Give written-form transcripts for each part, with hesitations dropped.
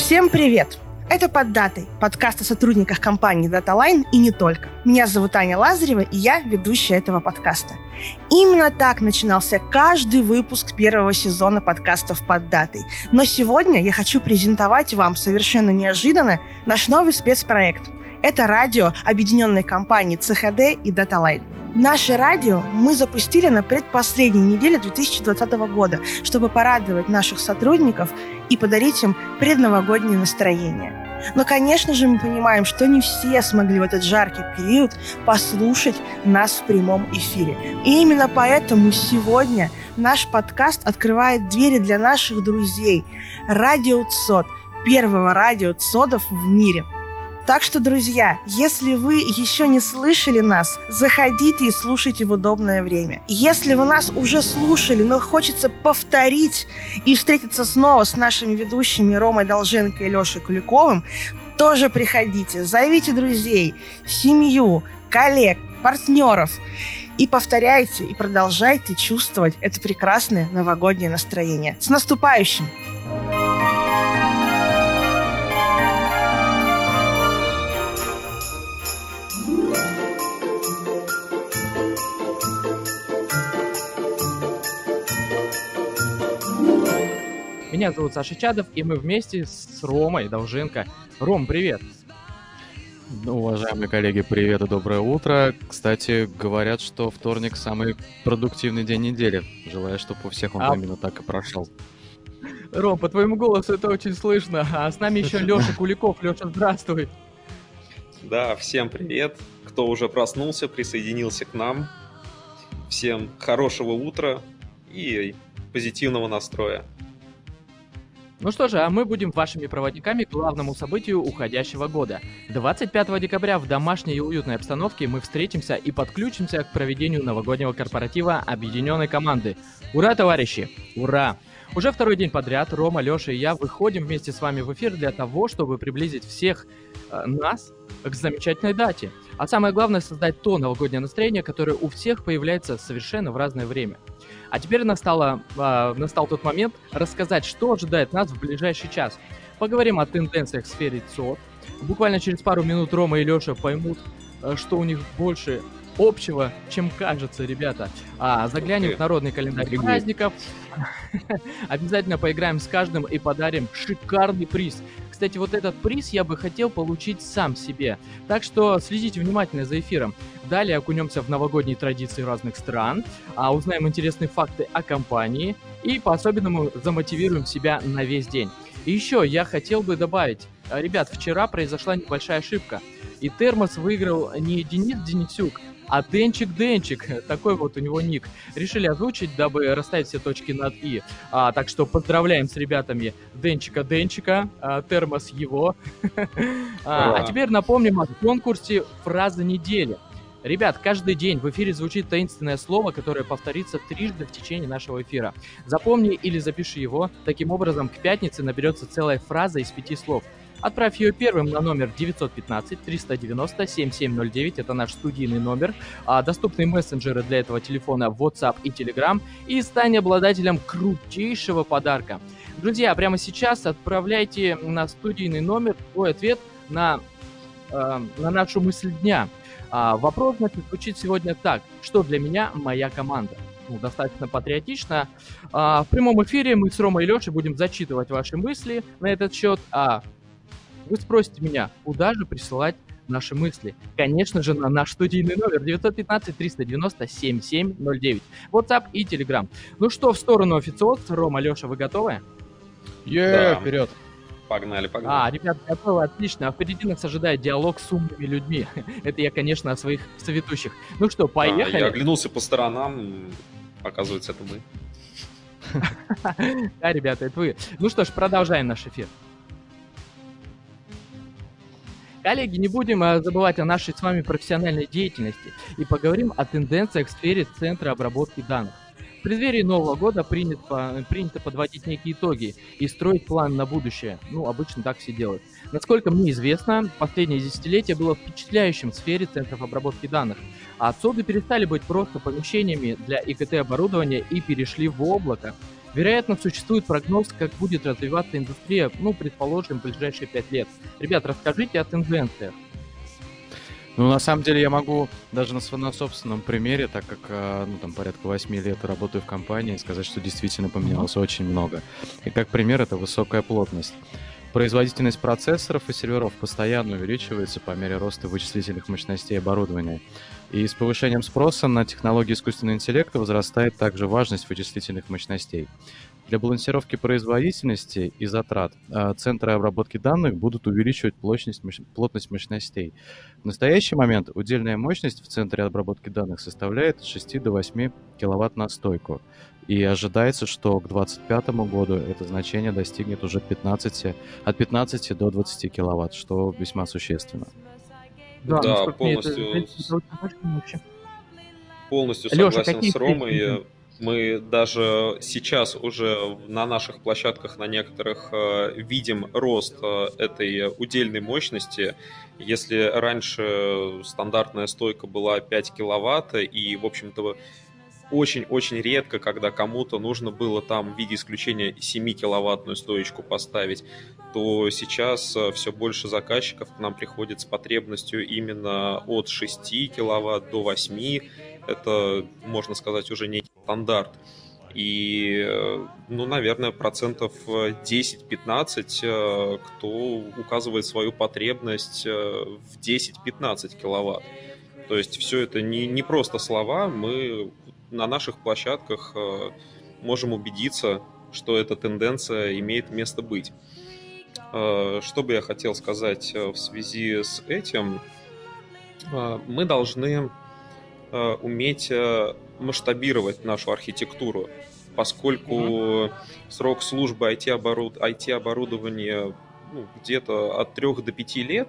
Всем привет! Это «Под датой» – подкаст о сотрудниках компании DataLine и не только. Меня зовут Аня Лазарева, и я ведущая этого подкаста. Именно так начинался каждый выпуск первого сезона подкастов «Под датой». Но сегодня я хочу презентовать вам совершенно неожиданно наш новый спецпроект. Это радио объединенной компании ЦХД и DataLine. Наше радио мы запустили на предпоследней неделе 2020 года, чтобы порадовать наших сотрудников и подарить им предновогоднее настроение. Но, конечно же, мы понимаем, что не все смогли в этот жаркий период послушать нас в прямом эфире. И именно поэтому сегодня наш подкаст открывает двери для наших друзей. Радио ЦОД, первого радио ЦОДов в мире. Так что, друзья, если вы еще не слышали нас, заходите и слушайте в удобное время. Если вы нас уже слушали, но хочется повторить и встретиться снова с нашими ведущими Ромой Долженко и Лешей Куликовым, тоже приходите, зовите друзей, семью, коллег, партнеров и повторяйте и продолжайте чувствовать это прекрасное новогоднее настроение. С наступающим! Меня зовут Саша Чадов, и мы вместе с Ромой Долженко. Ром, привет! Уважаемые коллеги, привет и доброе утро. Кстати, говорят, что вторник самый продуктивный день недели. Желаю, чтобы у всех он именно так и прошел. Ром, по твоему голосу это очень слышно. А с нами еще Леша Куликов. Леша, здравствуй! Да, всем привет. Кто уже проснулся, присоединился к нам. Всем хорошего утра и позитивного настроя. Ну что же, а мы будем вашими проводниками к главному событию уходящего года. 25 декабря в домашней и уютной обстановке мы встретимся и подключимся к проведению новогоднего корпоратива объединенной команды. Ура, товарищи! Ура! Уже второй день подряд Рома, Леша и я выходим вместе с вами в эфир для того, чтобы приблизить всех нас к замечательной дате. А самое главное — создать то новогоднее настроение, которое у всех появляется совершенно в разное время. А теперь настал тот момент рассказать, что ожидает нас в ближайший час. Поговорим о тенденциях в сфере ЦОД. Буквально через пару минут Рома и Леша поймут, что у них больше общего, чем кажется, ребята. Заглянем в народный календарь праздников. Обязательно поиграем с каждым и подарим шикарный приз. Кстати, вот этот приз я бы хотел получить сам себе. Так что следите внимательно за эфиром. Далее окунемся в новогодние традиции разных стран, узнаем интересные факты о компании и по-особенному замотивируем себя на весь день. И еще я хотел бы добавить. Ребят, вчера произошла небольшая ошибка. И термос выиграл не Денис Денисюк, а Денчик, такой вот у него ник. Решили озвучить, дабы расставить все точки над «и». Так что поздравляем с ребятами Денчика, термос его. А теперь напомним о конкурсе «Фраза недели». Ребят, каждый день в эфире звучит таинственное слово, которое повторится трижды в течение нашего эфира. Запомни или запиши его. Таким образом, к пятнице наберется целая фраза из 5 слов. Отправь ее первым на номер 915-390-7709, это наш студийный номер. Доступны мессенджеры для этого телефона WhatsApp и Telegram. И стань обладателем крутейшего подарка. Друзья, прямо сейчас отправляйте на студийный номер свой ответ на нашу мысль дня. Вопрос, звучит сегодня так. Что для меня моя команда? Достаточно патриотично. В прямом эфире мы с Ромой и Лешей будем зачитывать ваши мысли на этот счет. Вы спросите меня, куда же присылать наши мысли? Конечно же, на наш студийный номер 915-390-7709. WhatsApp и Telegram. Ну что, в сторону официоз. Рома, Леша, вы готовы? Да. Вперед! Погнали. Ребята, готовы, отлично. Впереди нас ожидает диалог с умными людьми. Это я, конечно, о своих соведущих. Ну что, поехали? Я оглянулся по сторонам, оказывается, это мы. Да, ребята, это вы. Ну что ж, продолжаем наш эфир. Коллеги, не будем забывать о нашей с вами профессиональной деятельности и поговорим о тенденциях в сфере центра обработки данных. В преддверии Нового года принято подводить некие итоги и строить план на будущее. Обычно так все делают. Насколько мне известно, последнее десятилетие было впечатляющим в сфере центров обработки данных. А ЦОДы перестали быть просто помещениями для ИКТ-оборудования и перешли в облако. Вероятно, существует прогноз, как будет развиваться индустрия, предположим, в ближайшие 5 лет. Ребят, расскажите о тенденциях. Ну, на самом деле, я могу даже на собственном примере, так как, порядка 8 лет работаю в компании, сказать, что действительно поменялось очень много. И как пример, это высокая плотность. Производительность процессоров и серверов постоянно увеличивается по мере роста вычислительных мощностей оборудования. И с повышением спроса на технологии искусственного интеллекта возрастает также важность вычислительных мощностей. Для балансировки производительности и затрат центры обработки данных будут увеличивать плотность мощностей. В настоящий момент удельная мощность в центре обработки данных составляет от 6 до 8 кВт на стойку. И ожидается, что к 2025 году это значение достигнет уже от 15 до 20 кВт, что весьма существенно. Да, насколько мне полностью Лёша, согласен какие с Ромой. Мы даже сейчас уже на наших площадках, на некоторых, видим рост этой удельной мощности. Если раньше стандартная стойка была 5 киловатт, и, в общем-то, очень-очень редко, когда кому-то нужно было там в виде исключения 7-киловаттную стоечку поставить, то сейчас все больше заказчиков к нам приходит с потребностью именно от 6 киловатт до 8. Это, можно сказать, уже некий стандарт. И, наверное, процентов 10-15, кто указывает свою потребность в 10-15 киловатт. То есть все это не просто слова, мы на наших площадках можем убедиться, что эта тенденция имеет место быть. Что бы я хотел сказать в связи с этим? Мы должны уметь масштабировать нашу архитектуру, поскольку срок службы IT-оборудования где-то от 3 до 5 лет,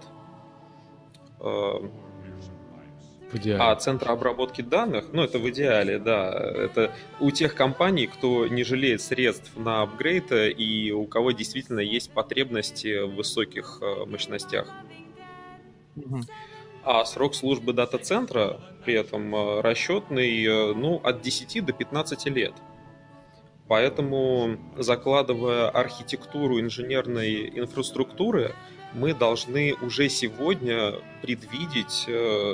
а центр обработки данных, это в идеале, да, это у тех компаний, кто не жалеет средств на апгрейд и у кого действительно есть потребности в высоких мощностях. А срок службы дата-центра при этом расчетный, от 10 до 15 лет. Поэтому, закладывая архитектуру инженерной инфраструктуры, мы должны уже сегодня предвидеть,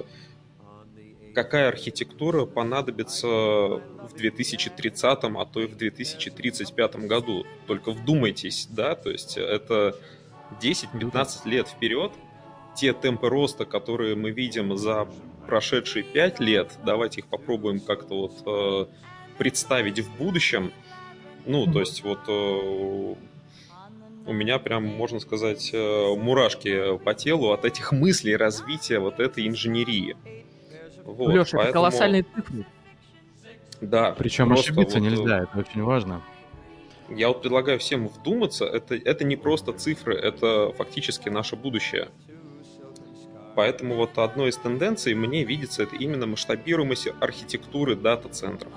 какая архитектура понадобится в 2030, а то и в 2035 году. Только вдумайтесь, да, то есть это 10-15 лет вперед. Те темпы роста, которые мы видим за прошедшие 5 лет, давайте их попробуем как-то представить в будущем. То есть у меня прям, можно сказать, мурашки по телу от этих мыслей развития этой инженерии. Леша, это колоссальные цифры. Да. Причем ошибиться нельзя, это очень важно. Я предлагаю всем вдуматься, это не просто цифры, это фактически наше будущее. Поэтому одной из тенденций мне видится это именно масштабируемость архитектуры дата-центров.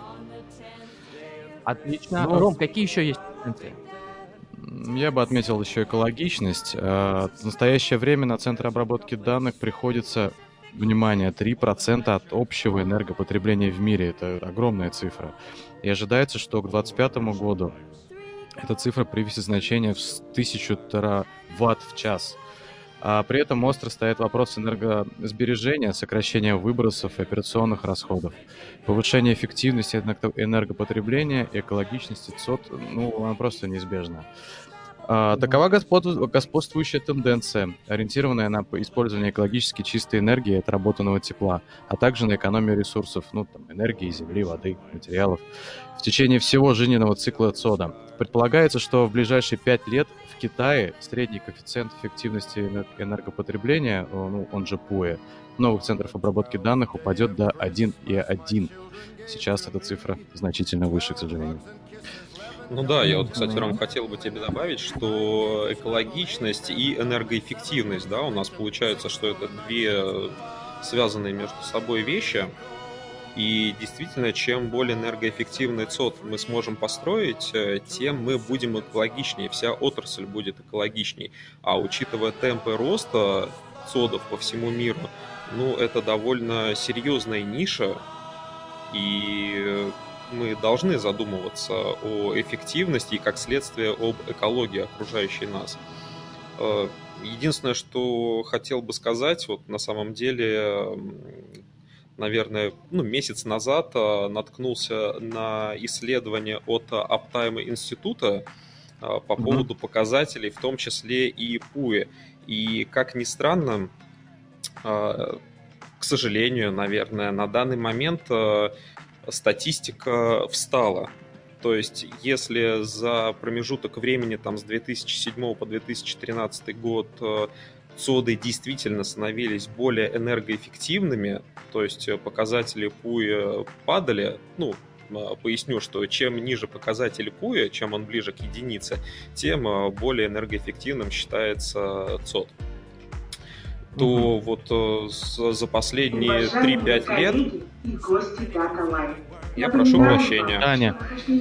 Отлично. Ром, какие еще есть тенденции? Я бы отметил еще экологичность. В настоящее время на центры обработки данных приходится, внимание, 3% от общего энергопотребления в мире. Это огромная цифра. И ожидается, что к 2025 году эта цифра превысит значение в 1000 тераватт в час. А при этом остро стоит вопрос энергосбережения, сокращения выбросов и операционных расходов, повышение эффективности энергопотребления и экологичности ЦОД, она просто неизбежна. Такова господствующая тенденция, ориентированная на использование экологически чистой энергии и отработанного тепла, а также на экономию ресурсов, энергии, земли, воды, материалов, в течение всего жизненного цикла ЦОДа. Предполагается, что в ближайшие 5 лет в Китае средний коэффициент эффективности энергопотребления, он же ПУЭ, новых центров обработки данных упадет до 1,1. Сейчас эта цифра значительно выше, к сожалению. Я кстати, Ром, хотел бы тебе добавить, что экологичность и энергоэффективность, у нас получается, что это две связанные между собой вещи. И действительно, чем более энергоэффективный ЦОД мы сможем построить, тем мы будем экологичнее, вся отрасль будет экологичней. А учитывая темпы роста ЦОДов по всему миру, это довольно серьезная ниша. И мы должны задумываться о эффективности и, как следствие, об экологии окружающей нас. Единственное, что хотел бы сказать, вот на самом деле, наверное, месяц назад наткнулся на исследование от Uptime института по поводу показателей, в том числе и ПУЭ. И, как ни странно, к сожалению, наверное, на данный момент статистика встала. То есть, если за промежуток времени с 2007 по 2013 год ЦОДы действительно становились более энергоэффективными, то есть показатели ПУЭ падали, поясню, что чем ниже показатель ПУЭ, чем он ближе к единице, тем более энергоэффективным считается ЦОД. То вот за последние 3-5 лет... Я прошу прощения. Таня.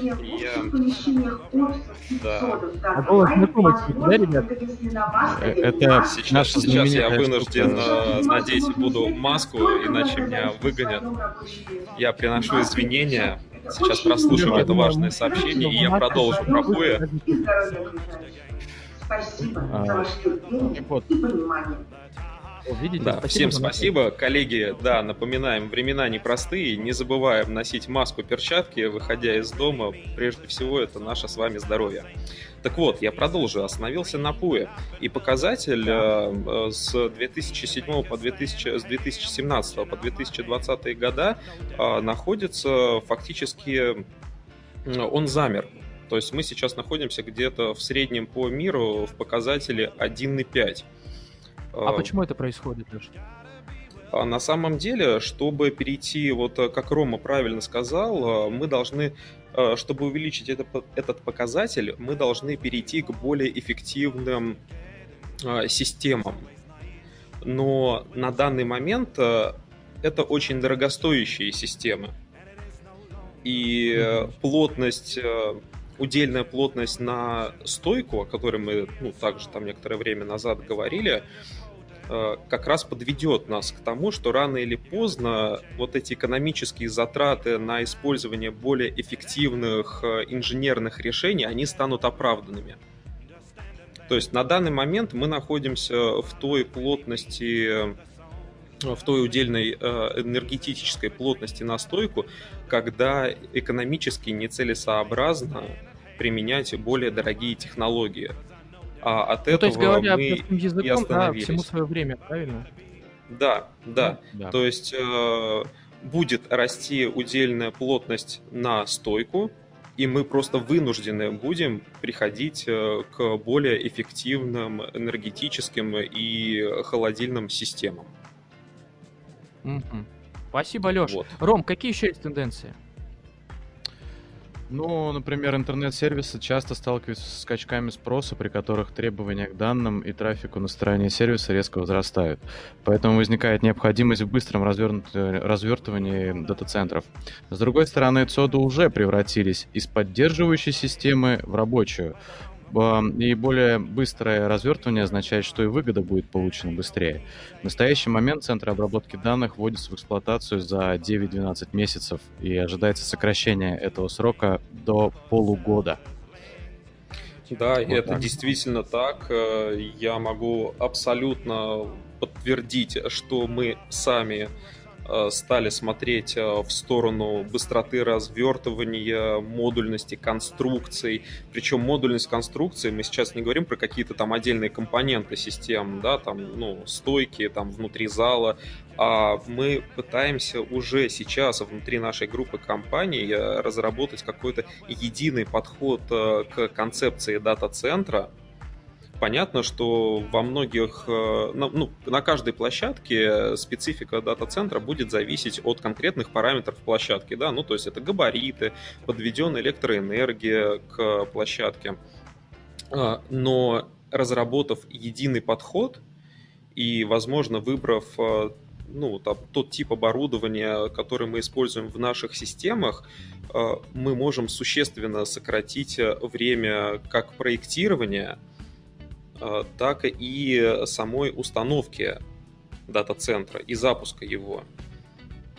А голос знакомый тебе, да, ребят? Это Сейчас я вынужден надеть буду маску, иначе меня выгонят. Я приношу извинения. Сейчас прослушаю это важное сообщение, и я продолжу про ПУЭ. Спасибо за ваш терпение и понимание. Видите, да, всем спасибо. Коллеги, да, напоминаем, времена непростые, не забываем носить маску, перчатки, выходя из дома. Прежде всего, это наше с вами здоровье. Так вот, я продолжу. Остановился на ПУЭ. И показатель с 2007 по 2017 по 2020 года находится фактически... Он замер. То есть мы сейчас находимся где-то в среднем по миру в показателе 1,5. А почему это происходит, Леша? На самом деле, чтобы перейти, вот как Рома правильно сказал, мы должны, чтобы увеличить этот показатель, мы должны перейти к более эффективным системам. Но на данный момент это очень дорогостоящие системы. И плотность... Удельная плотность на стойку, о которой мы также некоторое время назад говорили, как раз подведет нас к тому, что рано или поздно вот эти экономические затраты на использование более эффективных инженерных решений, они станут оправданными. То есть на данный момент мы находимся в той плотности, в той удельной энергетической плотности на стойку, когда экономически нецелесообразно применять более дорогие технологии. А от этого то есть, говоря мы простым языком, и остановились. всему свое время, правильно? Да. Да. То есть будет расти удельная плотность на стойку, и мы просто вынуждены будем приходить к более эффективным энергетическим и холодильным системам. Спасибо, Леш. Вот. Ром, какие еще есть тенденции? Например, интернет-сервисы часто сталкиваются с скачками спроса, при которых требования к данным и трафику на стороне сервиса резко возрастают. Поэтому возникает необходимость в быстром развертывании дата-центров. С другой стороны, ЦОДы уже превратились из поддерживающей системы в рабочую. И более быстрое развертывание означает, что и выгода будет получена быстрее. В настоящий момент центры обработки данных вводятся в эксплуатацию за 9-12 месяцев, и ожидается сокращение этого срока до полугода. Да, Вот это так. действительно так. Я могу абсолютно подтвердить, что мы сами стали смотреть в сторону быстроты развертывания, модульности конструкций. Причем модульность конструкции, мы сейчас не говорим про какие-то отдельные компоненты систем, да, стойки, внутри зала, а мы пытаемся уже сейчас внутри нашей группы компаний разработать какой-то единый подход к концепции дата-центра. Понятно, что во многих, на каждой площадке специфика дата-центра будет зависеть от конкретных параметров площадки, да, то есть это габариты, подведенная электроэнергия к площадке. Но разработав единый подход и, возможно, выбрав тот тип оборудования, который мы используем в наших системах, мы можем существенно сократить время как проектирования, так и самой установки дата-центра и запуска его.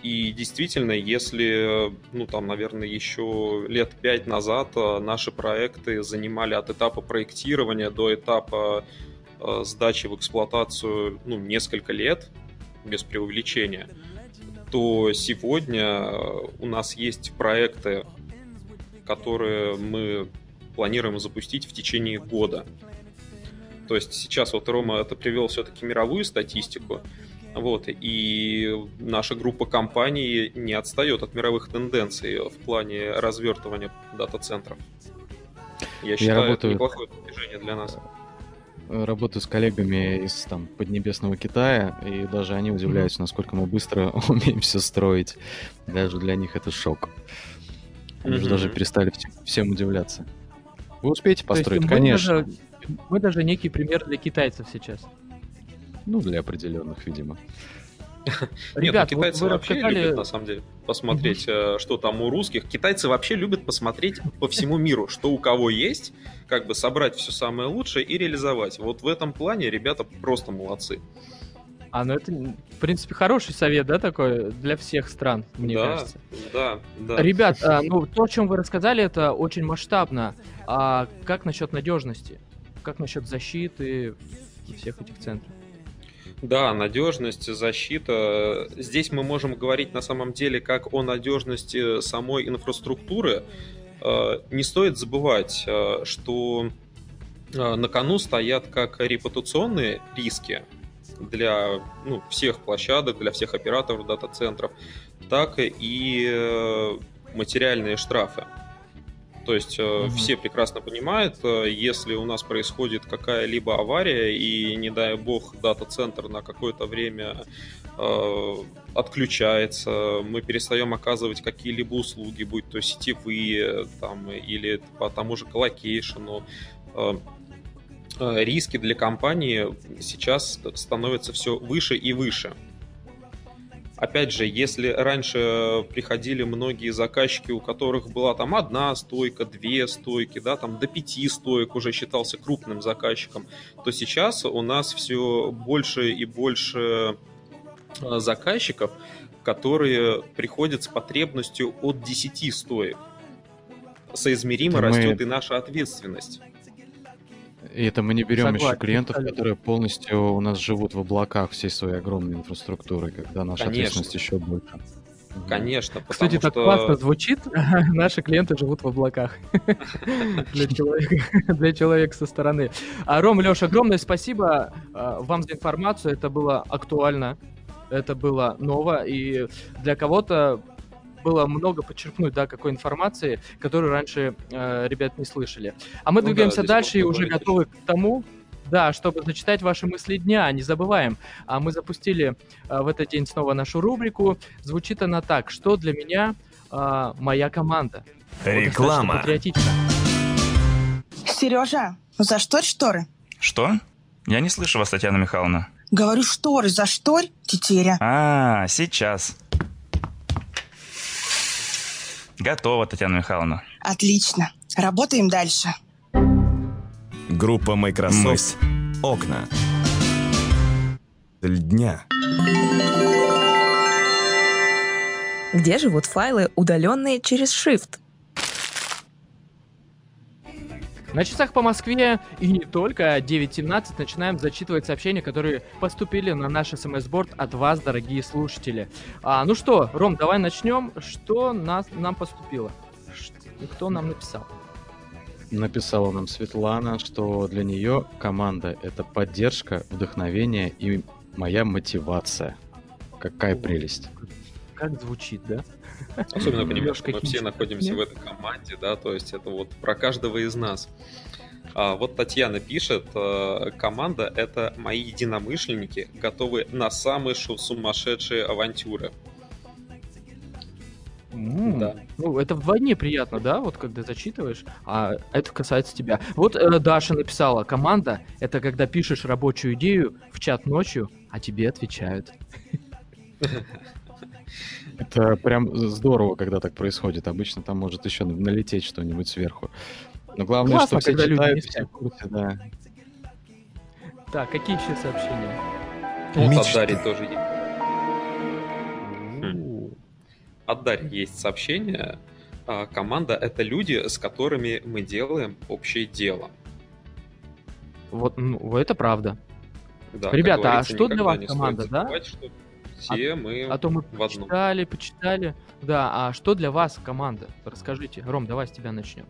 И действительно, если, наверное, еще лет 5 назад наши проекты занимали от этапа проектирования до этапа сдачи в эксплуатацию, несколько лет, без преувеличения, то сегодня у нас есть проекты, которые мы планируем запустить в течение года. То есть сейчас Рома это привел все-таки мировую статистику, и наша группа компаний не отстает от мировых тенденций в плане развертывания дата-центров. Я считаю, это неплохое движение для нас. Работаю с коллегами из Поднебесного Китая, и даже они удивляются, насколько мы быстро умеем все строить. Даже для них это шок. Они уже даже перестали всем удивляться. Вы успеете построить? Конечно. Мы даже некий пример для китайцев сейчас. Для определенных, видимо. Ребят, китайцы вообще любят, на самом деле, посмотреть, что там у русских. Китайцы вообще любят посмотреть по всему миру, что у кого есть, собрать все самое лучшее и реализовать. Вот в этом плане ребята просто молодцы. Это, в принципе, хороший совет, да, такой для всех стран, мне кажется. Да. Ребят, то, о чем вы рассказали, это очень масштабно. А как насчет надежности? Как насчет защиты всех этих центров? Да, надежность, защита. Здесь мы можем говорить на самом деле как о надежности самой инфраструктуры. Не стоит забывать, что на кону стоят как репутационные риски для всех площадок, для всех операторов дата-центров, так и материальные штрафы. То есть все прекрасно понимают, если у нас происходит какая-либо авария и, не дай бог, дата-центр на какое-то время отключается, мы перестаем оказывать какие-либо услуги, будь то сетевые или по тому же коллокейшену, риски для компании сейчас становятся все выше и выше. Опять же, если раньше приходили многие заказчики, у которых была одна стойка, 2 стойки, до 5 стоек уже считался крупным заказчиком, то сейчас у нас все больше и больше заказчиков, которые приходят с потребностью от 10 стоек. Соизмеримо растет и наша ответственность. И это мы не берем еще клиентов, которые полностью у нас живут в облаках всей своей огромной инфраструктуры, когда наша ответственность еще больше. Конечно. Кстати, так классно звучит. Наши клиенты живут в облаках. Для человека со стороны. Ром, Леша, огромное спасибо вам за информацию. Это было актуально, это было ново, и для кого-то было много подчеркнуть, какой информации, которую раньше ребят не слышали. А мы двигаемся дальше и уже готовы к тому, чтобы зачитать ваши мысли дня. Не забываем, мы запустили в этот день снова нашу рубрику. Звучит она так: что для меня моя команда. Реклама. Патриотично. Сережа, зашторь шторы. Что? Я не слышу вас, Татьяна Михайловна. Говорю, шторы зашторь, тетеря. Сейчас. Готово, Татьяна Михайловна. Отлично. Работаем дальше. Группа Microsoft. Окна. Дня. Где живут файлы, удаленные через Shift? На часах по Москве и не только 9:17 начинаем зачитывать сообщения, которые поступили на наш смс-борд от вас, дорогие слушатели. Ну что, Ром, давай начнем. Что нам поступило? Кто нам написал? Написала нам Светлана, что для нее команда — это поддержка, вдохновение и моя мотивация. Какая прелесть. Как звучит, да? Особенно понимаешь, что мы все находимся в этой команде, то есть это вот про каждого из нас. Вот Татьяна пишет: команда — это мои единомышленники, готовые на самые сумасшедшие авантюры. Да. Это вдвойне приятно, вот когда зачитываешь, а это касается тебя. Вот Даша написала: команда — это когда пишешь рабочую идею в чат ночью, а тебе отвечают. Это прям здорово, когда так происходит. Обычно там может еще налететь что-нибудь сверху. Но главное, классно, что все когда читают, люди все в курсе, да. Так, какие еще сообщения? Вот от Дарьи тоже есть. от Дарьи есть сообщение. Команда — это люди, с которыми мы делаем общее дело. Вот, это правда. Да, ребята, а что для вас команда, да? Все мы то мы в одном. почитали. Да, а что для вас команда? Расскажите. Ром, давай с тебя начнем.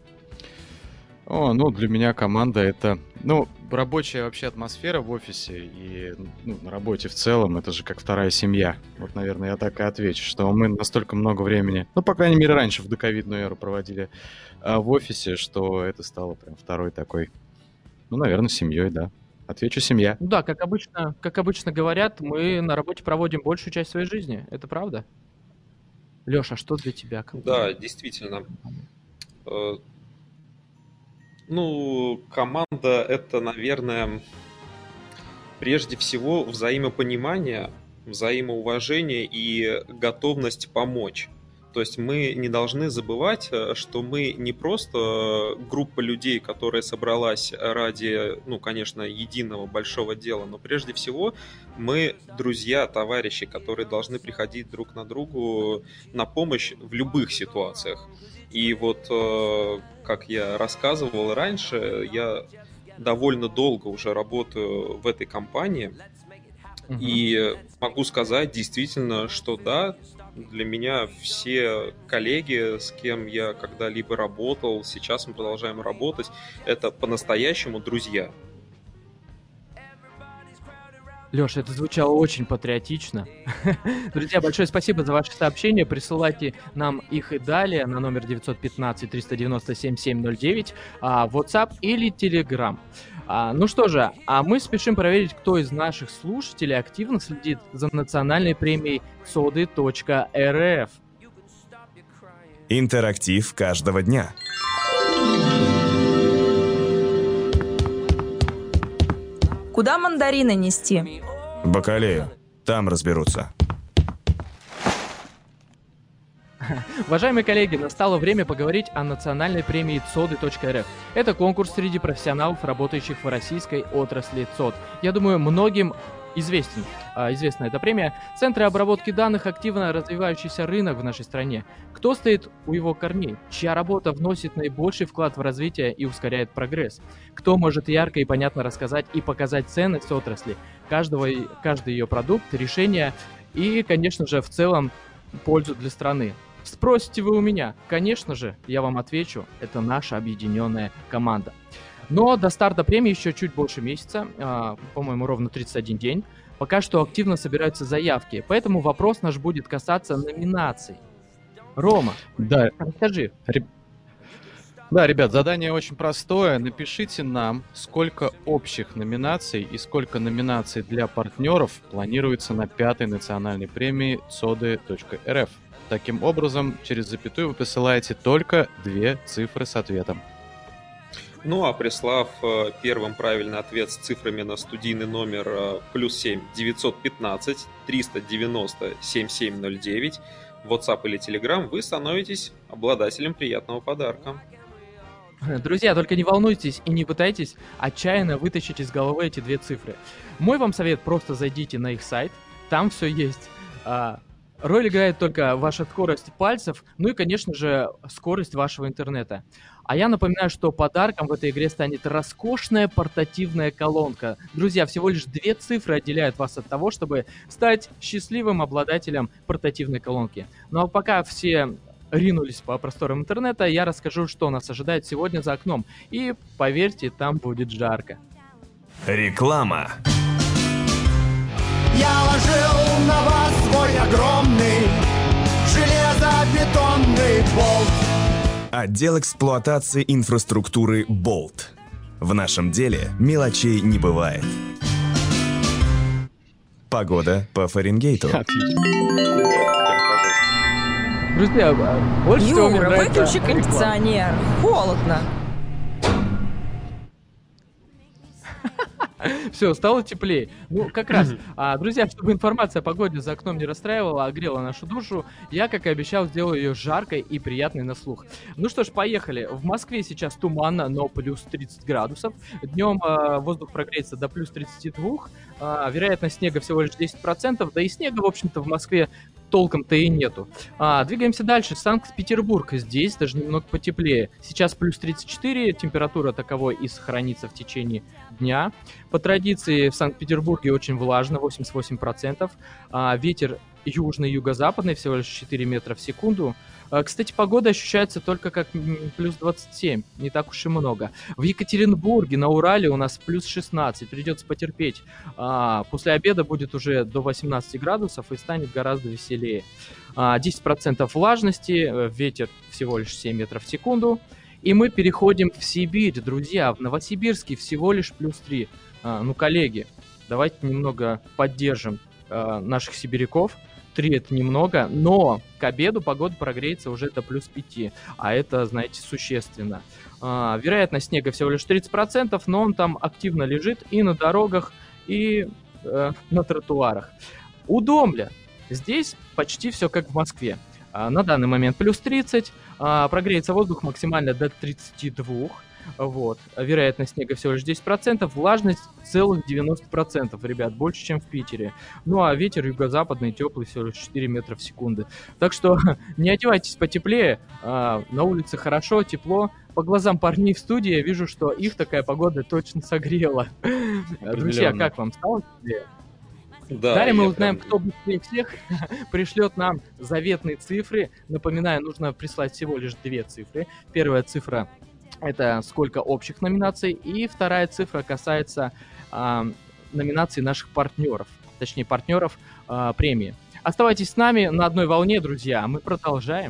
Для меня команда — это, рабочая вообще атмосфера в офисе и на работе в целом, это же как вторая семья. Вот, наверное, я так и отвечу, что мы настолько много времени, по крайней мере, раньше в доковидную эру проводили в офисе, что это стало прям второй такой, наверное, семьей, да. Отвечу — семья. Да, как обычно говорят, мы на работе проводим большую часть своей жизни. Это правда? Леша, что для тебя команда? Да, действительно. Команда — это, наверное, прежде всего взаимопонимание, взаимоуважение и готовность помочь. То есть мы не должны забывать, что мы не просто группа людей, которая собралась ради, конечно, единого большого дела, но прежде всего мы друзья, товарищи, которые должны приходить друг на другу на помощь в любых ситуациях. И вот, как я рассказывал раньше, я довольно долго уже работаю в этой компании, и могу сказать действительно, что да, для меня все коллеги, с кем я когда-либо работал, сейчас мы продолжаем работать, это по-настоящему друзья. Леша, это звучало очень патриотично. Друзья, большое спасибо за ваши сообщения. Присылайте нам их и далее на номер 915-390-7709, WhatsApp или Telegram. Что же, мы спешим проверить, кто из наших слушателей активно следит за национальной премией Цоды.РФ. Интерактив каждого дня. Куда мандарины нести? Бакалею. Там разберутся. Уважаемые коллеги, настало время поговорить о национальной премии Цоды.РФ. Это конкурс среди профессионалов, работающих в российской отрасли ЦОД. Я думаю, многим известна эта премия. Центры обработки данных — активно развивающийся рынок в нашей стране. Кто стоит у его корней? Чья работа вносит наибольший вклад в развитие и ускоряет прогресс? Кто может ярко и понятно рассказать и показать ценность отрасли, каждый ее продукт, решение и, конечно же, в целом пользу для страны? Спросите вы у меня? Конечно же, я вам отвечу, это наша объединенная команда. Но до старта премии еще чуть больше месяца, по-моему, ровно 31 день. Пока что активно собираются заявки, поэтому вопрос наш будет касаться номинаций. Рома, да, расскажи. Да, ребят, задание очень простое. Напишите нам, сколько общих номинаций и сколько номинаций для партнеров планируется на 5-й национальной премии Цоды.РФ. Таким образом, через запятую вы присылаете только 2 цифры с ответом. Прислав первым правильный ответ с цифрами на студийный номер +7 915 390 7709, WhatsApp или Telegram, вы становитесь обладателем приятного подарка. Друзья, только не волнуйтесь и не пытайтесь отчаянно вытащить из головы эти 2 цифры. Мой вам совет: просто зайдите на их сайт, там все есть. Роль играет только ваша скорость пальцев, и, конечно же, скорость вашего интернета. А я напоминаю, что подарком в этой игре станет роскошная портативная колонка. Друзья, всего лишь 2 цифры отделяют вас от того, чтобы стать счастливым обладателем портативной колонки. А пока все ринулись по просторам интернета, я расскажу, что нас ожидает сегодня за окном. И поверьте, там будет жарко. Реклама. Я ложил на вас свой огромный железобетонный болт. Отдел эксплуатации инфраструктуры «Болт». В нашем деле мелочей не бывает. Погода по Фаренгейту. Друзья, больше всего мне Юра, нравится выключи кондиционер. Холодно. Все, стало теплее. Как раз. Друзья, чтобы информация о погоде за окном не расстраивала, а грела нашу душу, я, как и обещал, сделаю ее жаркой и приятной на слух. Что ж, поехали. В Москве сейчас туманно, но плюс 30 градусов. Днем воздух прогреется до плюс 32. Вероятность снега всего лишь 10%. Да и снега, в общем-то, в Москве толком-то и нету. Двигаемся дальше. Санкт-Петербург. Здесь даже немного потеплее. Сейчас плюс 34, температура таковой и сохранится в течение дня. По традиции в Санкт-Петербурге очень влажно, 88%. Ветер южный, юго-западный, всего лишь 4 метра в секунду. Кстати, погода ощущается только как плюс 27, не так уж и много. В Екатеринбурге, на Урале у нас плюс 16, придется потерпеть. После обеда будет уже до 18 градусов и станет гораздо веселее. 10% влажности, ветер всего лишь 7 метров в секунду. И мы переходим в Сибирь, друзья. В Новосибирске всего лишь плюс 3. Коллеги, давайте немного поддержим наших сибиряков. 3 это немного, но к обеду погода прогреется уже до плюс 5, а это, знаете, существенно. Вероятность снега всего лишь 30%, но он там активно лежит и на дорогах, и на тротуарах. Удомля. Здесь почти все как в Москве. На данный момент плюс 30, прогреется воздух максимально до 32. Вот. Вероятность снега всего лишь 10%, влажность целых 90%, ребят, больше, чем в Питере. Ну а ветер юго-западный, теплый, всего лишь 4 метра в секунду. Так что не одевайтесь потеплее, на улице хорошо, тепло. По глазам парней в студии я вижу, что их такая погода точно согрела. Друзья, как вам стало теплее? Да, далее мы узнаем, кто быстрее всех пришлет нам заветные цифры. Напоминаю, нужно прислать всего лишь 2 цифры. Первая цифра — это сколько общих номинаций, и вторая цифра касается номинаций наших партнеров, точнее партнеров премии. Оставайтесь с нами на одной волне, друзья, мы продолжаем.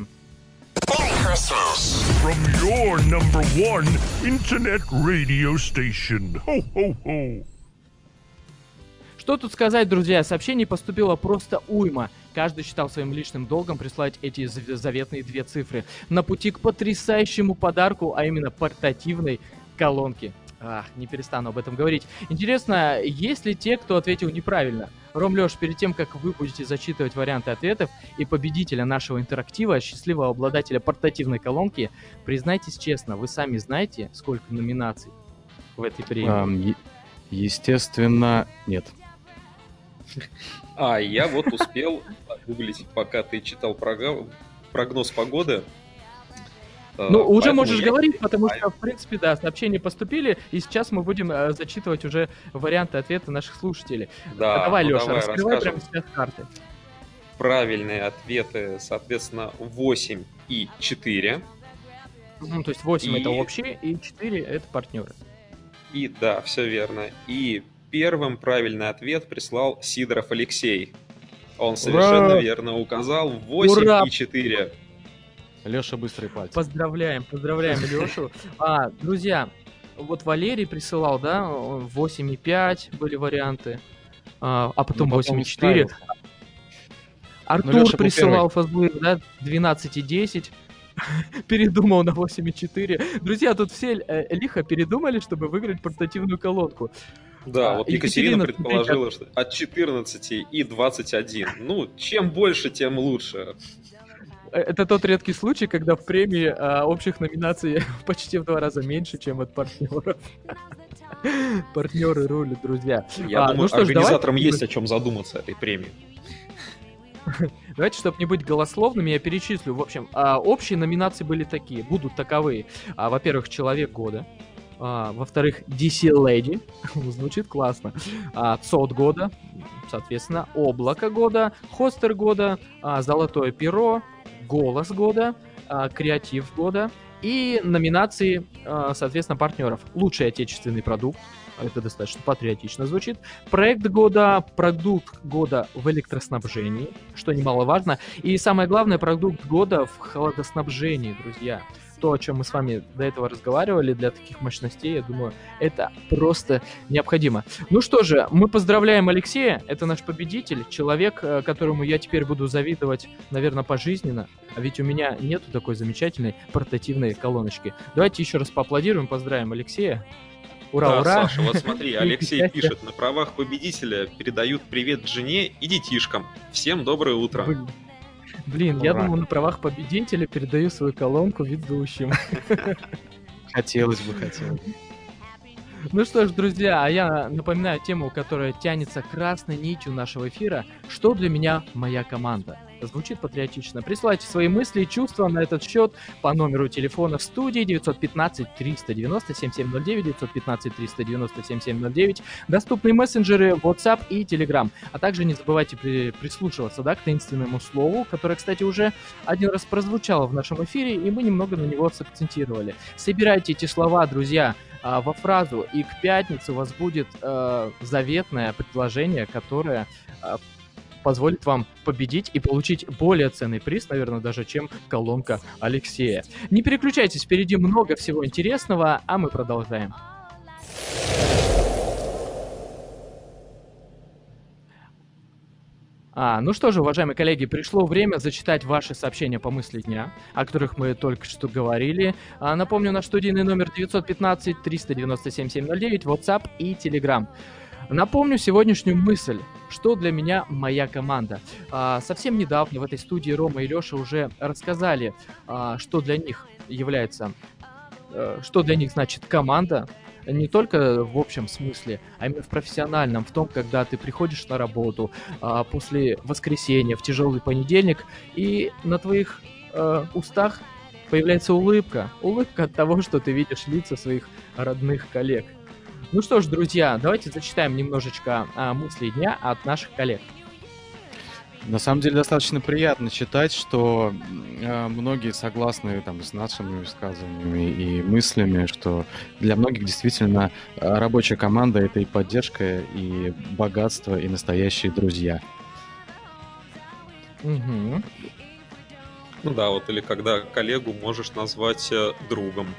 From your number one internet radio station. Ho, ho, ho. Что тут сказать, друзья, сообщений поступило просто уйма. Каждый считал своим личным долгом прислать эти заветные 2 цифры на пути к потрясающему подарку, а именно портативной колонке. Не перестану об этом говорить. Интересно, есть ли те, кто ответил неправильно? Ром, Лёш, перед тем, как вы будете зачитывать варианты ответов и победителя нашего интерактива, счастливого обладателя портативной колонки, признайтесь честно, вы сами знаете, сколько номинаций в этой премии? Естественно, нет. Я вот успел гуглить, пока ты читал прогноз погоды. Уже можешь говорить, потому что, в принципе, да, сообщения поступили, и сейчас мы будем зачитывать уже варианты ответа наших слушателей. Да, давай, Леша, раскрывай прямо сейчас карты. Правильные ответы, соответственно, 8 и 4. То есть 8 это общие, и 4 это партнеры. И да, все верно. И первым правильный ответ прислал Сидоров Алексей. Он совершенно верно указал 8 и 4. Леша, быстрые пальцы. Поздравляем Лешу. Друзья, вот Валерий присылал, да, 8,5 были варианты, потом 8,4. Артур присылал фазбуир, да, 12,10. Передумал на 8,4. Друзья, тут все лихо передумали, чтобы выиграть портативную колонку. Да, вот Екатерина предположила, что от 14 и 21. Чем больше, тем лучше. Это тот редкий случай, когда в премии общих номинаций почти в 2 раза меньше, чем от партнеров. Партнеры рулят, друзья. Я думаю, организаторам есть о чем задуматься этой премии. Давайте, чтобы не быть голословными, я перечислю. В общем, общие номинации были такие, будут таковые. Во-первых, Человек года. Во-вторых, DC Lady. Звучит классно. ЦОД года, соответственно, Облако года, Хостер года, Золотое перо, Голос года, Креатив года и номинации, соответственно, партнеров. Лучший отечественный продукт. Это достаточно патриотично звучит. Проект года, продукт года в электроснабжении, что немаловажно. И самое главное, продукт года в холодоснабжении, друзья. То, о чем мы с вами до этого разговаривали, для таких мощностей, я думаю, это просто необходимо. Ну что же, мы поздравляем Алексея, это наш победитель, человек, которому я теперь буду завидовать, наверное, пожизненно, а ведь у меня нету такой замечательной портативной колоночки. Давайте еще раз поаплодируем, поздравим Алексея. Ура, да, ура! Саша, вот смотри, Алексей пишет, на правах победителя передают привет жене и детишкам. Всем доброе утро. Блин, я думал, на правах победителя передаю свою колонку ведущим. Хотелось бы. Ну что ж, друзья, а я напоминаю тему, которая тянется красной нитью нашего эфира. Что для меня моя команда? Звучит патриотично. Присылайте свои мысли и чувства на этот счет по номеру телефона в студии 915-390-7709, 915-390-7709, доступные мессенджеры WhatsApp и Telegram. А также не забывайте прислушиваться, да, к таинственному слову, которое, кстати, уже один раз прозвучало в нашем эфире, и мы немного на него сакцентировали. Собирайте эти слова, друзья, во фразу, и к пятнице у вас будет заветное предложение, которое позволит вам победить и получить более ценный приз, наверное, даже, чем колонка Алексея. Не переключайтесь, впереди много всего интересного, а мы продолжаем. Ну что же, уважаемые коллеги, пришло время зачитать ваши сообщения по мысли дня, о которых мы только что говорили. Напомню, наш студийный номер 915-390-7709, WhatsApp и Telegram. Напомню сегодняшнюю мысль, что для меня моя команда. Совсем недавно в этой студии Рома и Леша уже рассказали, что для них является, что для них значит команда, не только в общем смысле, а именно в профессиональном, в том, когда ты приходишь на работу после воскресенья, в тяжелый понедельник, и на твоих устах появляется улыбка от того, что ты видишь лица своих родных коллег. Ну что ж, друзья, давайте зачитаем немножечко мыслей дня от наших коллег. На самом деле достаточно приятно читать, что многие согласны там, с нашими высказываниями и мыслями, что для многих действительно рабочая команда — это и поддержка, и богатство, и настоящие друзья. Угу. Ну да, вот или когда коллегу можешь назвать другом.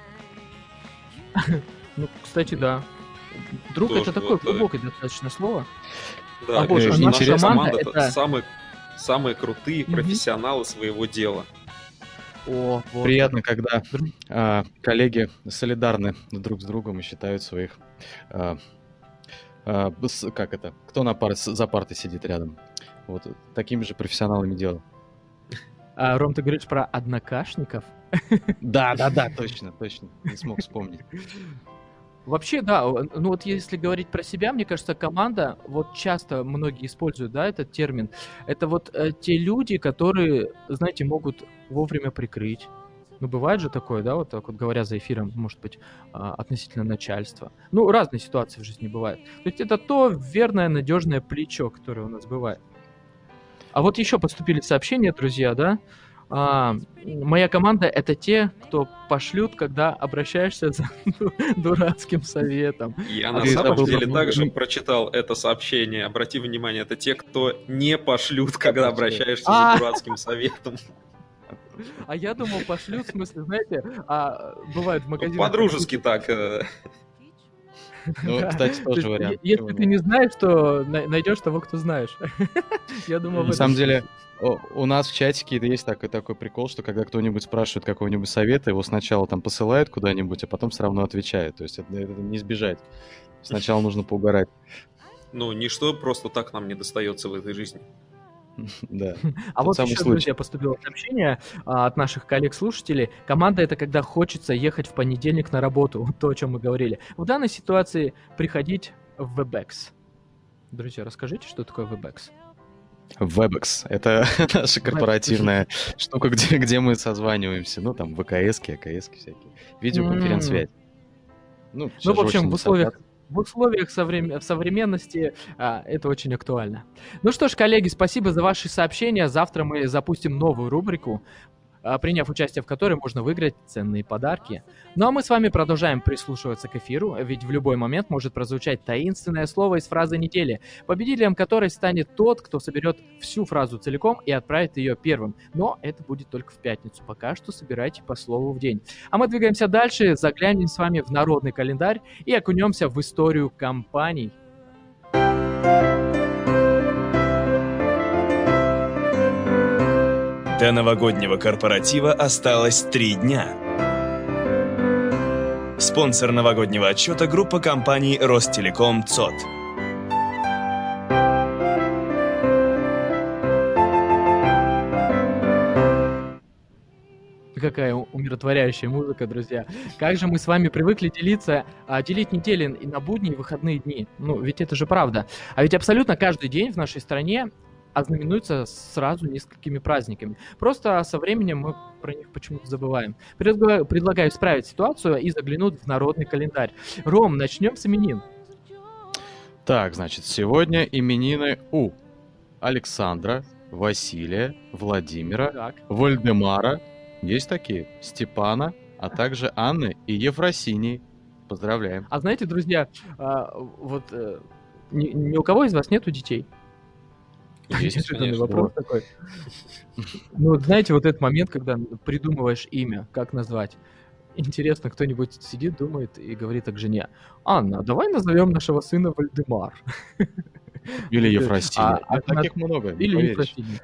Ну, кстати, да. Друг — тоже это такое вот, глубокое достаточно слово. Да, боже, наша наша команда команда это это... самые крутые профессионалы своего дела. О, вот. Приятно, когда коллеги солидарны друг с другом и считают своих... как это? Кто за партой сидит рядом? Вот такими же профессионалами дела. Ром, ты говоришь про однокашников? Да, точно. Не смог вспомнить. Вообще, да, ну вот если говорить про себя, мне кажется, команда, вот часто многие используют, да, этот термин, это вот те люди, которые, знаете, могут вовремя прикрыть. Ну, бывает же такое, да, вот так вот говоря за эфиром, может быть, относительно начальства. Ну, разные ситуации в жизни бывают. То есть это то верное, надежное плечо, которое у нас бывает. А вот еще поступили сообщения, друзья, да? Моя команда — это те, кто пошлют, когда обращаешься за дурацким советом. Я на самом деле также прочитал это сообщение. Обрати внимание, это те, кто не пошлют, когда обращаешься за дурацким советом. А я думал, пошлют, в смысле, знаете, бывает в магазинах... По-дружески так. Ну, кстати, тоже вариант. Если ты не знаешь, то найдешь того, кто знаешь. Я думал, на самом деле, у нас в чатике есть такой прикол, что когда кто-нибудь спрашивает какого-нибудь совета, его сначала там посылают куда-нибудь, а потом все равно отвечают. То есть это не избежать. Сначала нужно поугарать. Ну, ничто просто так нам не достается в этой жизни. Да. А вот еще, друзья, поступило сообщение от наших коллег-слушателей. Команда — это когда хочется ехать в понедельник на работу. То, о чем мы говорили. В данной ситуации приходить в WebEx. Друзья, расскажите, что такое WebEx? WebEx — это наша корпоративная штука, где мы созваниваемся. Ну, там, ВКС-ки, АКС-ки всякие. Видеоконференц-связь. Ну, в общем, в условиях современности это очень актуально. Ну что ж, коллеги, спасибо за ваши сообщения. Завтра мы запустим новую рубрику, приняв участие в которой можно выиграть ценные подарки. Ну а мы с вами продолжаем прислушиваться к эфиру, ведь в любой момент может прозвучать таинственное слово из фразы недели, победителем которой станет тот, кто соберет всю фразу целиком и отправит ее первым. Но это будет только в пятницу. Пока что собирайте по слову в день. А мы двигаемся дальше, заглянем с вами в народный календарь и окунемся в историю компаний. До новогоднего корпоратива осталось 3 дня. Спонсор новогоднего отчета — группа компаний Ростелеком ЦОТ. такая умиротворяющая музыка, друзья. Как же мы с вами привыкли делить недели и на будни, и выходные дни. Ну, ведь это же правда. А ведь абсолютно каждый день в нашей стране ознаменуется сразу несколькими праздниками. Просто со временем мы про них почему-то забываем. Предлагаю исправить ситуацию и заглянуть в народный календарь. Ром, начнем с именин. Так, значит, сегодня именины у Александра, Василия, Владимира, Так. Вальдемара, есть такие, Степана, а также Анны и Ефросинии. Поздравляем. А знаете, друзья, ни у кого из вас нету детей? Есть, Неожиданный конечно. вопрос такой. Ну, вот знаете, вот этот момент, когда придумываешь имя, как назвать. Интересно, кто-нибудь сидит, думает и говорит так жене: «Анна, давай назовем нашего сына Вальдемар». Или Ефросиния. Таких много, не Или поверишь. Ефросиния.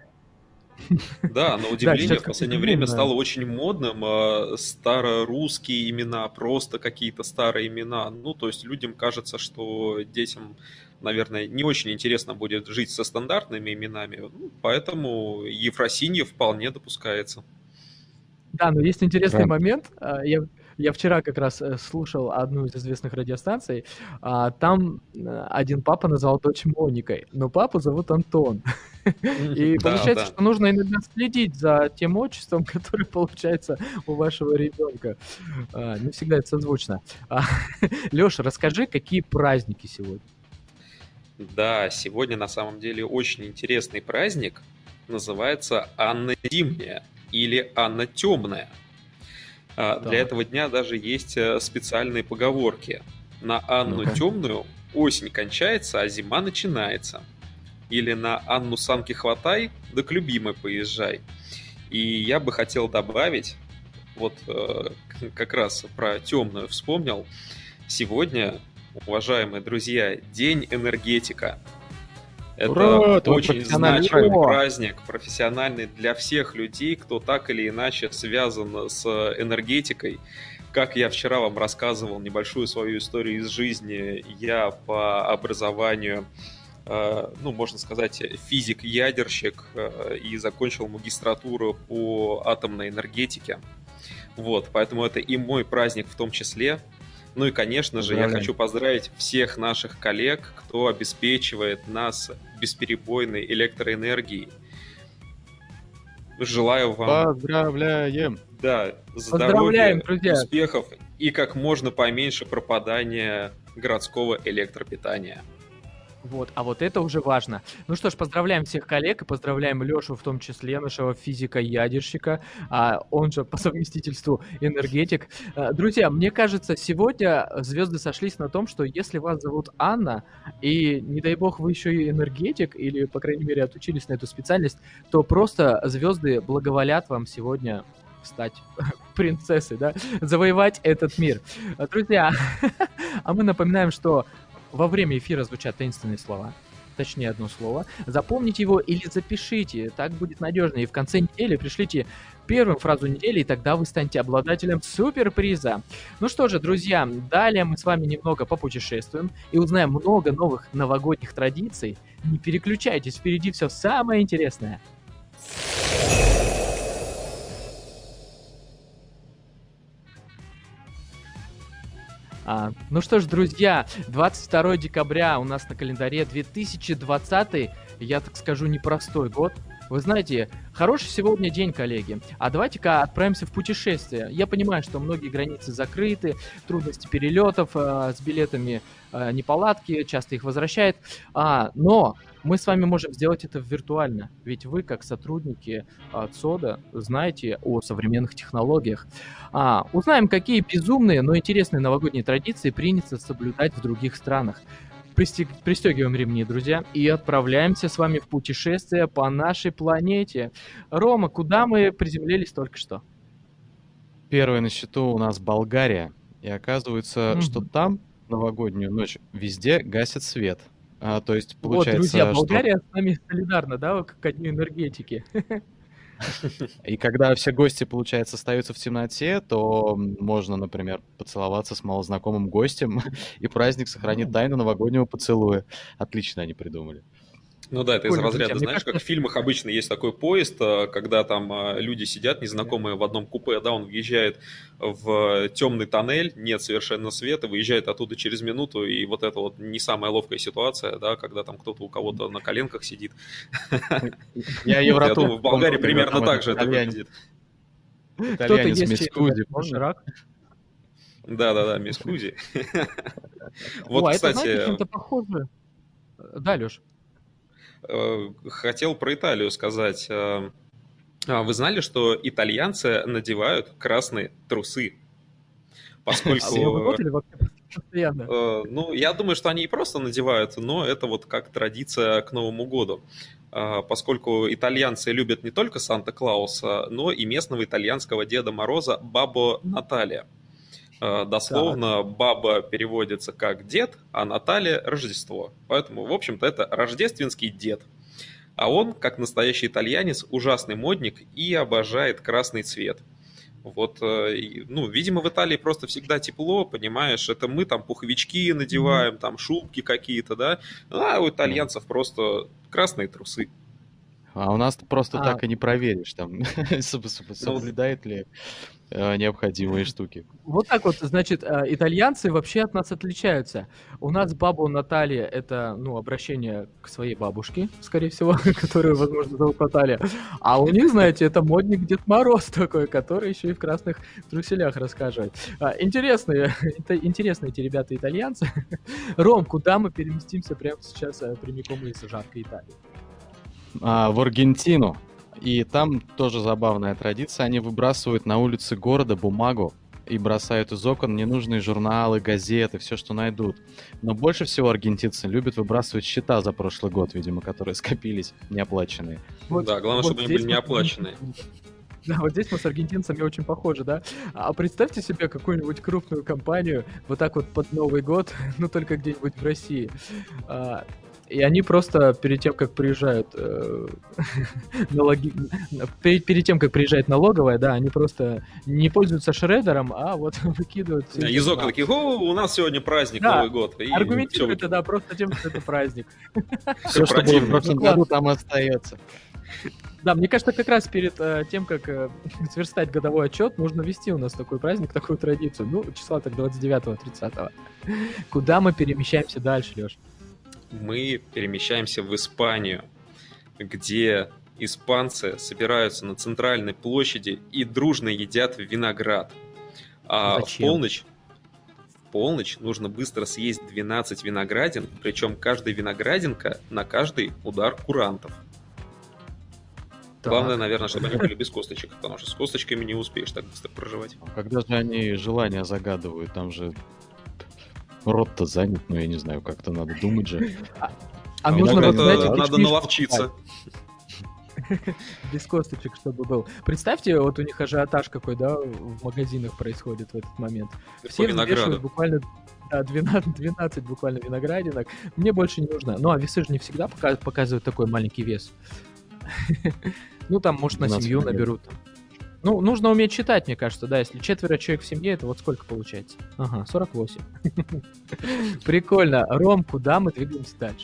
Да, на удивление, сейчас в последнее как-то время модно. стало очень модным старорусские имена, просто какие-то старые имена. Ну, то есть людям кажется, что детям, наверное, не очень интересно будет жить со стандартными именами, ну, поэтому Ефросинья вполне допускается. Да, но есть интересный Правда. момент. Я вчера как раз слушал одну из известных радиостанций. Там один папа назвал дочь Моникой, но папу зовут Антон. И Да, получается, да. что нужно иногда следить за тем отчеством, которое получается у вашего ребенка. Не всегда это созвучно. Леша, расскажи, какие праздники сегодня? Да, сегодня на самом деле очень интересный праздник. Называется Анна Зимняя или Анна Темная. Для этого дня даже есть специальные поговорки. На Анну Ну-ка. Темную осень кончается, а зима начинается. Или на Анну санки хватай, да к любимой поезжай. И я бы хотел добавить, вот как раз про темную вспомнил. Сегодня, уважаемые друзья, День энергетика. Это Ура! Твой очень профессиональный значимый праздник. праздник, профессиональный для всех людей, кто так или иначе связан с энергетикой. Как я вчера вам рассказывал небольшую свою историю из жизни, я по образованию, можно сказать, физик-ядерщик и закончил магистратуру по атомной энергетике. Вот, поэтому это и мой праздник в том числе. Ну и, конечно же, я Поздравляем. хочу поздравить всех наших коллег, кто обеспечивает нас бесперебойной электроэнергией. Желаю вам, Поздравляем. да, Поздравляем, здоровья, друзья. успехов и как можно поменьше пропадания городского электропитания. Вот, а вот это уже важно. Ну что ж, поздравляем всех коллег и поздравляем Лешу, в том числе нашего физика-ядерщика, он же по совместительству энергетик. Друзья, мне кажется, сегодня звезды сошлись на том, что если вас зовут Анна, и, не дай бог, вы еще и энергетик, или, по крайней мере, отучились на эту специальность, то просто звезды благоволят вам сегодня стать принцессой, да, завоевать этот мир. Друзья, а мы напоминаем, что во время эфира звучат таинственные слова, точнее одно слово. Запомните его или запишите, так будет надежно. И в конце недели пришлите первую фразу недели, и тогда вы станете обладателем суперприза. Ну что же, друзья, далее мы с вами немного попутешествуем и узнаем много новых новогодних традиций. Не переключайтесь, впереди все самое интересное. Ну что ж, друзья, 22 декабря у нас на календаре 2020, я так скажу, непростой год. Вы знаете, хороший сегодня день, коллеги. А давайте-ка отправимся в путешествие. Я понимаю, что многие границы закрыты, трудности перелетов, с билетами неполадки, часто их возвращают. Но мы с вами можем сделать это виртуально. Ведь вы, как сотрудники ЦОДа, знаете о современных технологиях. Узнаем, какие безумные, но интересные новогодние традиции принято соблюдать в других странах. Пристегиваем ремни, друзья, и отправляемся с вами в путешествие по нашей планете. Рома, куда мы приземлились только что? Первая на счету у нас Болгария. И оказывается, что там новогоднюю ночь везде гасят свет. То есть получается, вот, друзья, что... Болгария с нами солидарна, да, ко дню энергетики. И когда все гости, получается, остаются в темноте, то можно, например, поцеловаться с малознакомым гостем, и праздник сохранит тайну новогоднего поцелуя. Отлично они придумали. Ну да, это из Прикольно, разряда, друзья. знаешь, как в фильмах обычно есть такой поезд, когда там люди сидят, незнакомые в одном купе, да, он въезжает в темный тоннель, нет совершенно света, выезжает оттуда через минуту, и вот это вот не самая ловкая ситуация, да, когда там кто-то у кого-то на коленках сидит. Я Я думаю, в Болгарии примерно так же это выглядит. Кто-то Итальянец есть Мискузи. доширак. Да-да-да, мискузи. О, Вот, а это, знаете, кстати, чем-то похоже. Да, Леш. хотел про Италию сказать. Вы знали, что итальянцы надевают красные трусы? А вы Поскольку, работали вообще постоянно? ну, я думаю, что они и просто надевают, но это вот как традиция к Новому году. Поскольку итальянцы любят не только Санта-Клауса, но и местного итальянского Деда Мороза Бабо Наталья. Дословно баба переводится как дед, а Наталья – Рождество. Поэтому, в общем-то, это рождественский дед. А он, как настоящий итальянец, ужасный модник и обожает красный цвет. Вот, ну, видимо, в Италии просто всегда тепло, понимаешь, это мы там пуховички надеваем, там шубки какие-то, да, а у итальянцев просто красные трусы. А у нас просто А. так и не проверишь, там, соблюдает ли необходимые штуки. Вот так вот, значит, итальянцы вообще от нас отличаются. У нас баба Наталья — это, ну, обращение к своей бабушке, скорее всего, которую, возможно, зовут Наталья. А у них, знаете, это модник Дед Мороз такой, который еще и в красных труселях расскажет. Интересные эти ребята итальянцы. Ром, куда мы переместимся прямо сейчас прямиком из жаркой Италии? В Аргентину. И там тоже забавная традиция. Они выбрасывают на улицы города бумагу и бросают из окон ненужные журналы, газеты, все, что найдут. Но больше всего аргентинцы любят выбрасывать счета за прошлый год, видимо, которые скопились неоплаченные. Вот, Да, главное, вот чтобы они были здесь не мы- оплаченные. Да, вот здесь мы с аргентинцами очень похожи, да? А представьте себе какую-нибудь крупную компанию вот так вот под Новый год, ну только где-нибудь в России. И они просто перед тем, как приезжают перед тем, как приезжает налоговая, да, они просто не пользуются шредером, а вот выкидывают... все эти Из окон дела. такие, у нас сегодня праздник, Да, Новый год. И аргументируют всё, это, да, просто тем, что это праздник. Все, что было в противно. прошлом Ну, ладно. году, там и остается. Да, мне кажется, как раз перед тем, как сверстать годовой отчет, нужно вести у нас такой праздник, такую традицию. Ну, числа так 29-30. Куда мы перемещаемся дальше, Леш? Мы перемещаемся в Испанию, где испанцы собираются на центральной площади и дружно едят виноград. А Зачем? в полночь нужно быстро съесть 12 виноградин, причем каждая виноградинка на каждый удар курантов. Главное, наверное, чтобы они были без косточек, потому что с косточками не успеешь так быстро проживать. А когда же они желания загадывают? Там же рот-то занят, но я не знаю, как-то надо думать же. А нужно, вот, знаете, надо кишмиш наловчиться. покупать. Без косточек, чтобы был. Представьте, вот у них ажиотаж какой, да, в магазинах происходит в этот момент. Все винограду. взвешивают буквально 12 буквально виноградинок. Мне больше не нужно. Ну, а весы же не всегда показывают такой маленький вес. Ну, там, может, на 12 семью виноградин. наберут. Ну, нужно уметь считать, мне кажется, да. Если 4 человек в семье, это вот сколько получается? Ага, 48. Прикольно. Ром, куда мы двигаемся дальше?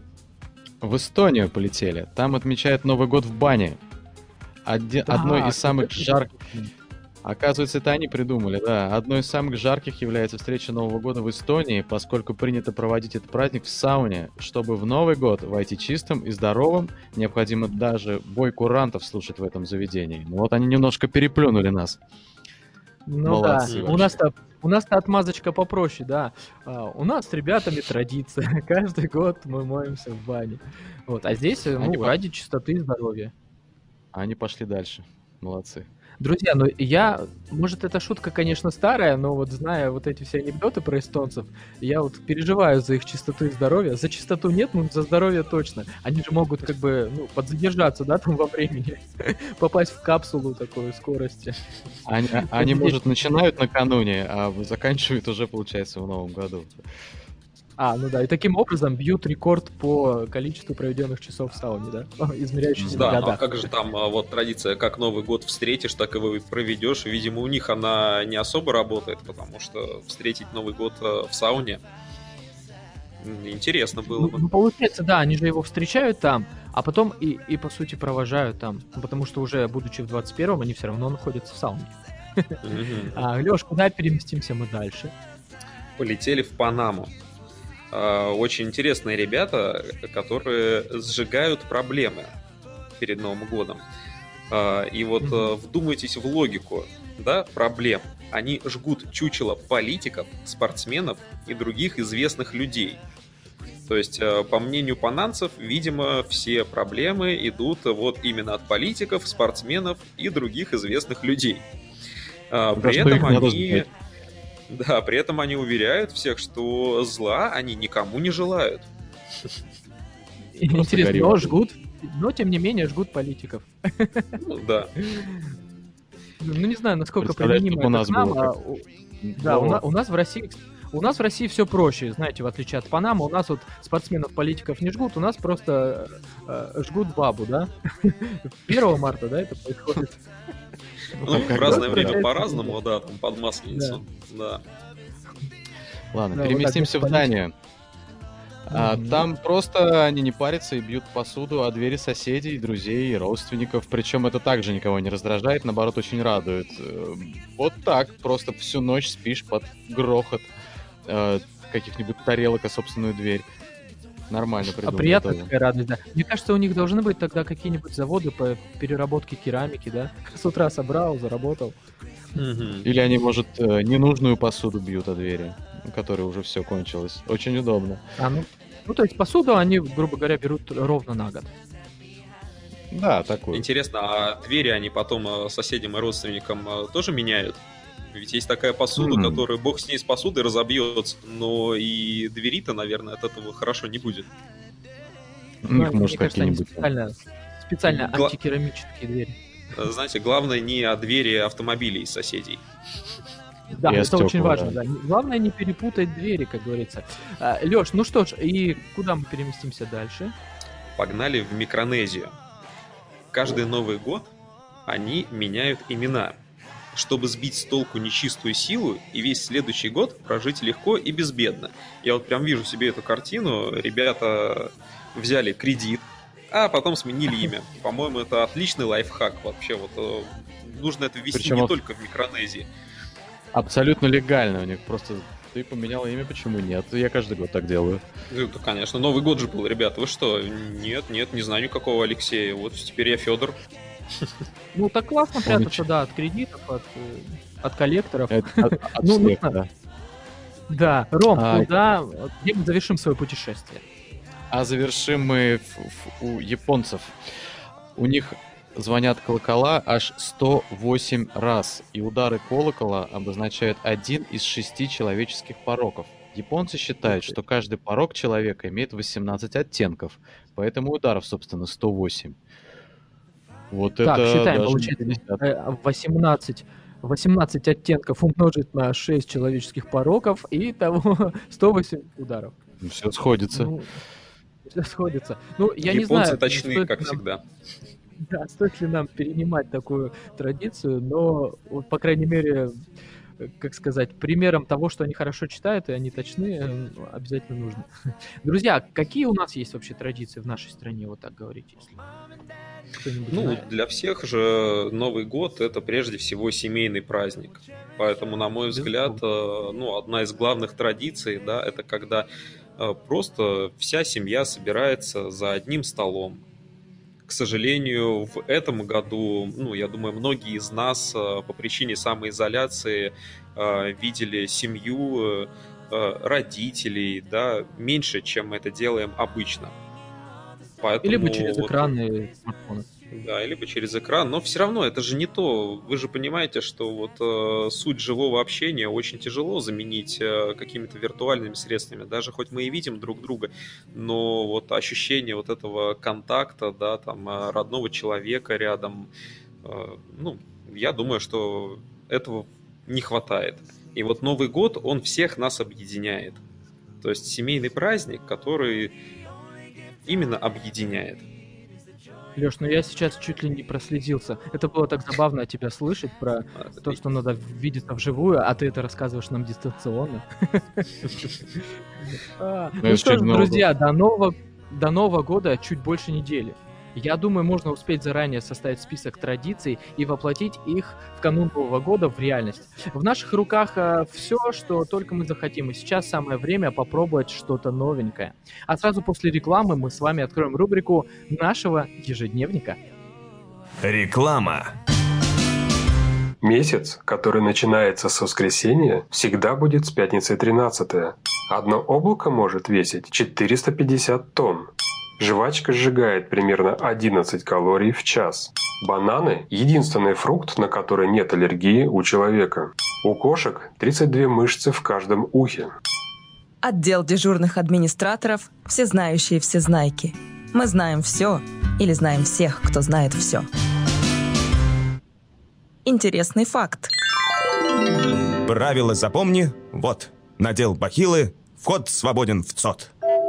В Эстонию полетели. Там отмечают Новый год в бане. Одной из самых жарких... Оказывается, это они придумали, да. Одной из самых жарких является встреча Нового года в Эстонии, поскольку принято проводить этот праздник в сауне. Чтобы в Новый год войти чистым и здоровым, необходимо даже бой курантов слушать в этом заведении. Ну вот они немножко переплюнули нас. Ну Молодцы да, вообще. у нас-то отмазочка попроще, да. У нас с ребятами традиция. Каждый год мы моемся в бане. Вот, а здесь, Они ну, ради чистоты и здоровья. Они пошли дальше. Молодцы. Друзья, ну может, эта шутка, конечно, старая, но вот зная вот эти все анекдоты про эстонцев, я вот переживаю за их чистоту и здоровье. За чистоту нет, но за здоровье точно. Они же могут как бы, ну, подзадержаться, да, там во времени, попасть в капсулу такой скорости. Они, может, начинают накануне, а заканчивают уже, получается, в Новом году. Ну да, и таким образом бьют рекорд по количеству проведенных часов в сауне, да? Измеряющийся в Да, ну а годах. как же там вот традиция, как Новый год встретишь, так его и проведешь. Видимо, у них она не особо работает, потому что встретить Новый год в сауне, Интересно было бы. Ну, получается, да, они же его встречают там, а потом и по сути провожают там, потому что уже будучи в 21-м, они все равно находятся в сауне. Лёш, куда переместимся мы дальше? Полетели в Панаму. Очень интересные ребята, которые сжигают проблемы перед Новым годом. И вот вдумайтесь в логику, да, проблем. Они жгут чучело политиков, спортсменов и других известных людей. То есть, по мнению панамцев, видимо, все проблемы идут вот именно от политиков, спортсменов и других известных людей. При этом они уверяют всех, что зла они никому не желают. Интересно, но жгут, но тем не менее жгут политиков. Да. Ну не знаю, насколько применимо это к нам. Да, у нас в России все проще, знаете, в отличие от Панамы. У нас вот спортсменов, политиков не жгут, у нас просто жгут бабу, да? 1 марта, да, это происходит? Ну, в разное время по-разному, да, там под Масленицу, да. Ладно, переместимся в Данию. Там просто они не парятся и бьют посуду о двери соседей, друзей и родственников. Причем это также никого не раздражает, наоборот, очень радует. Вот так, просто всю ночь спишь под грохот каких-нибудь тарелок о собственную дверь. Нормально придумали. Приятная такая радость, да. Мне кажется, у них должны быть тогда какие-нибудь заводы по переработке керамики, да? С утра собрал, заработал. Или они, может, ненужную посуду бьют о двери, у которой уже все кончилось. Очень удобно. Ну, то есть посуду они, грубо говоря, берут ровно на год. Да, такой. Интересно, а двери они потом соседям и родственникам тоже меняют? Ведь есть такая посуда, которая, бог с ней, с посудой разобьется, но и двери-то, наверное, от этого хорошо не будет. У них, может, какие-нибудь специально антикерамические двери. Знаете, главное не о двери автомобилей соседей. Да, это очень важно. Да. Главное не перепутать двери, как говорится. Лёш, ну что ж, и куда мы переместимся дальше? Погнали в Микронезию. Каждый Новый год они меняют имена, чтобы сбить с толку нечистую силу и весь следующий год прожить легко и безбедно. Я вот прям вижу себе эту картину. Ребята взяли кредит, а потом сменили имя. По-моему, это отличный лайфхак вообще. Вот нужно это ввести не только в Микронезии. Абсолютно легально у них. Просто ты поменял имя, почему нет? Я каждый год так делаю. Это, конечно. Новый год же был, ребята. Вы что? Нет, не знаю никакого Алексея. Вот теперь я Федор. Ну, так классно прятаться, да, от кредитов, от коллекторов. От всех, да. Да, Ром, где мы завершим свое путешествие? А завершим мы у японцев. У них звонят колокола аж 108 раз, и удары колокола обозначают один из 6 человеческих пороков. Японцы считают, что каждый порок человека имеет 18 оттенков, поэтому ударов, собственно, 108. Вот так, это считаем, даже получается 18 оттенков умножить на 6 человеческих пороков, и того 108 ударов. Все сходится. Все сходится. Ну, я Японцы не знаю, точны, как всегда. Да, стоит ли нам перенимать такую традицию, но, вот, по крайней мере, как сказать, примером того, что они хорошо читают и они точны, обязательно нужно. Друзья, какие у нас есть вообще традиции в нашей стране, вот так говорить, если кто-нибудь знает? Для всех же Новый год — это прежде всего семейный праздник. Поэтому, на мой взгляд, одна из главных традиций, да, это когда просто вся семья собирается за одним столом. К сожалению, в этом году, я думаю, многие из нас по причине самоизоляции видели семью, родителей, да, меньше, чем мы это делаем обычно. Поэтому, либо через экраны смартфона. Да, либо через экран, но все равно это же не то. Вы же понимаете, что суть живого общения очень тяжело заменить какими-то виртуальными средствами. Даже хоть мы и видим друг друга, но вот ощущение вот этого контакта, да, там, родного человека рядом, я думаю, что этого не хватает. И вот Новый год, он всех нас объединяет. То есть семейный праздник, который именно объединяет. Леш, ну я сейчас чуть ли не прослезился. Это было так забавно от тебя слышать про то, что надо видеться вживую, а ты это рассказываешь нам дистанционно. Ну что ж, друзья, до Нового года чуть больше недели. Я думаю, можно успеть заранее составить список традиций и воплотить их в канун Нового года в реальность. В наших руках все, что только мы захотим, и сейчас самое время попробовать что-то новенькое. А сразу после рекламы мы с вами откроем рубрику нашего ежедневника. Реклама. Месяц, который начинается с воскресенья, всегда будет с пятницы 13. Одно облако может весить 450 тонн. Жвачка сжигает примерно 11 калорий в час. Бананы – единственный фрукт, на который нет аллергии у человека. У кошек 32 мышцы в каждом ухе. Отдел дежурных администраторов – всезнающие всезнайки. Мы знаем все или знаем всех, кто знает все. Интересный факт. Правило запомни. Вот. Надел бахилы. Вход свободен в ЦОД.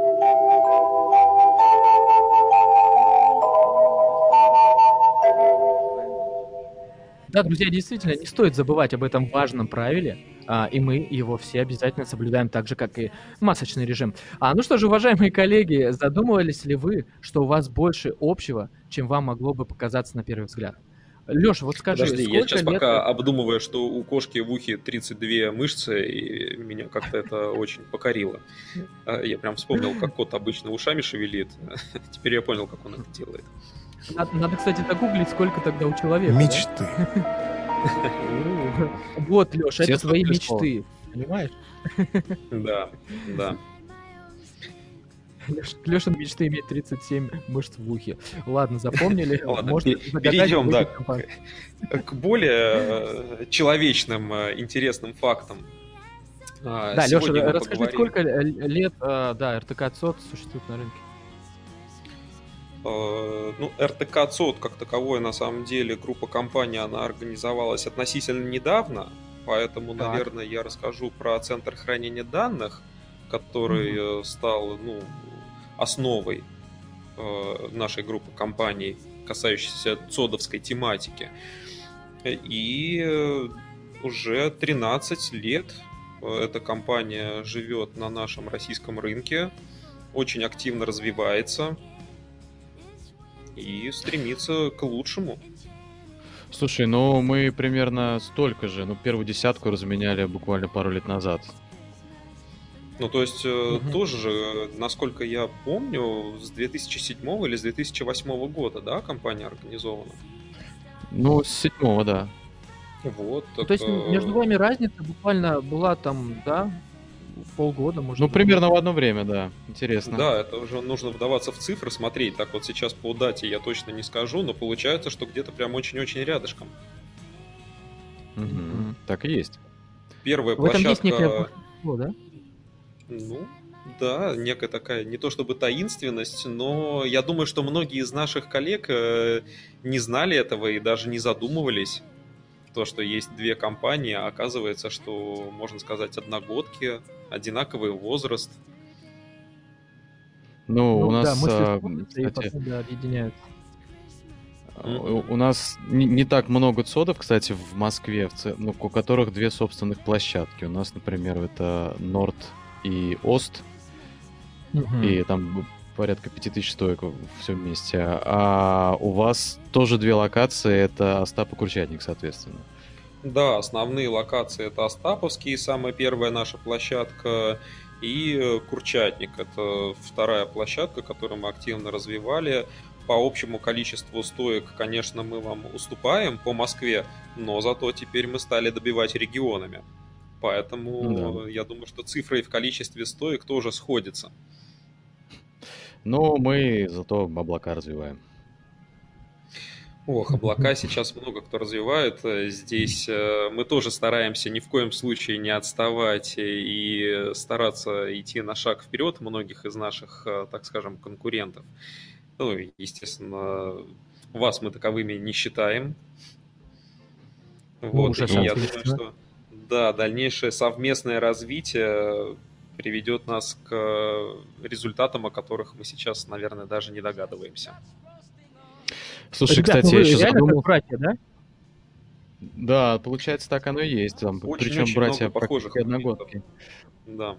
Да, друзья, действительно, не стоит забывать об этом важном правиле, и мы его все обязательно соблюдаем так же, как и масочный режим. Ну что же, уважаемые коллеги, задумывались ли вы, что у вас больше общего, чем вам могло бы показаться на первый взгляд? Леша, вот скажи, подожди, сколько я сейчас лет... пока обдумываю, что у кошки в ухе 32 мышцы, и меня как-то это очень покорило. Я прям вспомнил, как кот обычно ушами шевелит. Теперь я понял, как он это делает. Надо, кстати, загуглить, сколько тогда у человека. Мечты. Вот, Леша, это твои мечты. Понимаешь? Да, да. Леша мечты иметь 37 мышц в ухе. Ладно, запомнили. Ладно, перейдем, да, к более человечным, интересным фактам. Да, Леша, расскажи, сколько лет РТК ЦОД существует на рынке? Ну, РТК ЦОД как таковой, на самом деле, группа компаний, она организовалась относительно недавно, поэтому, наверное, я расскажу про центр хранения данных, который стал, основой нашей группы компаний, касающейся цодовской тематики. И уже 13 лет эта компания живет на нашем российском рынке, очень активно развивается и стремится к лучшему. Слушай, мы примерно столько же, первую десятку разменяли буквально пару лет назад. То есть, тоже же, насколько я помню, с 2007 или с 2008 года, да, компания организована? С 7, да. Вот. То есть между вами разница буквально была там, да, полгода, может. Примерно в одно время, да. Интересно. Да, это уже нужно вдаваться в цифры, смотреть. Так вот сейчас по дате я точно не скажу, но получается, что где-то прям очень-очень рядышком. Так и есть. Первая в этом площадка... есть некое да? Да, некая такая, не то чтобы таинственность, но я думаю, что многие из наших коллег не знали этого и даже не задумывались. То, что есть две компании, а оказывается, что, можно сказать, одногодки, одинаковый возраст. У нас, кстати, объединяются. У нас не так много ЦОДов, кстати, в Москве, у которых две собственных площадки. У нас, например, это Норд и Ост, и там порядка 5000 стоек все вместе. А у вас тоже две локации, это Остап и Курчатник, соответственно. Да, основные локации это Остаповский, самая первая наша площадка, и Курчатник. Это вторая площадка, которую мы активно развивали. По общему количеству стоек, конечно, мы вам уступаем по Москве, но зато теперь мы стали добивать регионами. Поэтому я думаю, что цифры в количестве стоек тоже сходятся. Мы зато облака развиваем. Облака сейчас много кто развивает. Здесь мы тоже стараемся ни в коем случае не отставать и стараться идти на шаг вперед многих из наших, так скажем, конкурентов. Естественно, вас мы таковыми не считаем. Вот, и я думаю, что дальнейшее совместное развитие приведет нас к результатам, о которых мы сейчас, наверное, даже не догадываемся. Слушай, Ребят, кстати, ну я вы сейчас реально задумал... как братья, да? Да, получается, так оно и есть. Там, причем Очень братья много похожих практически одногодки. Да.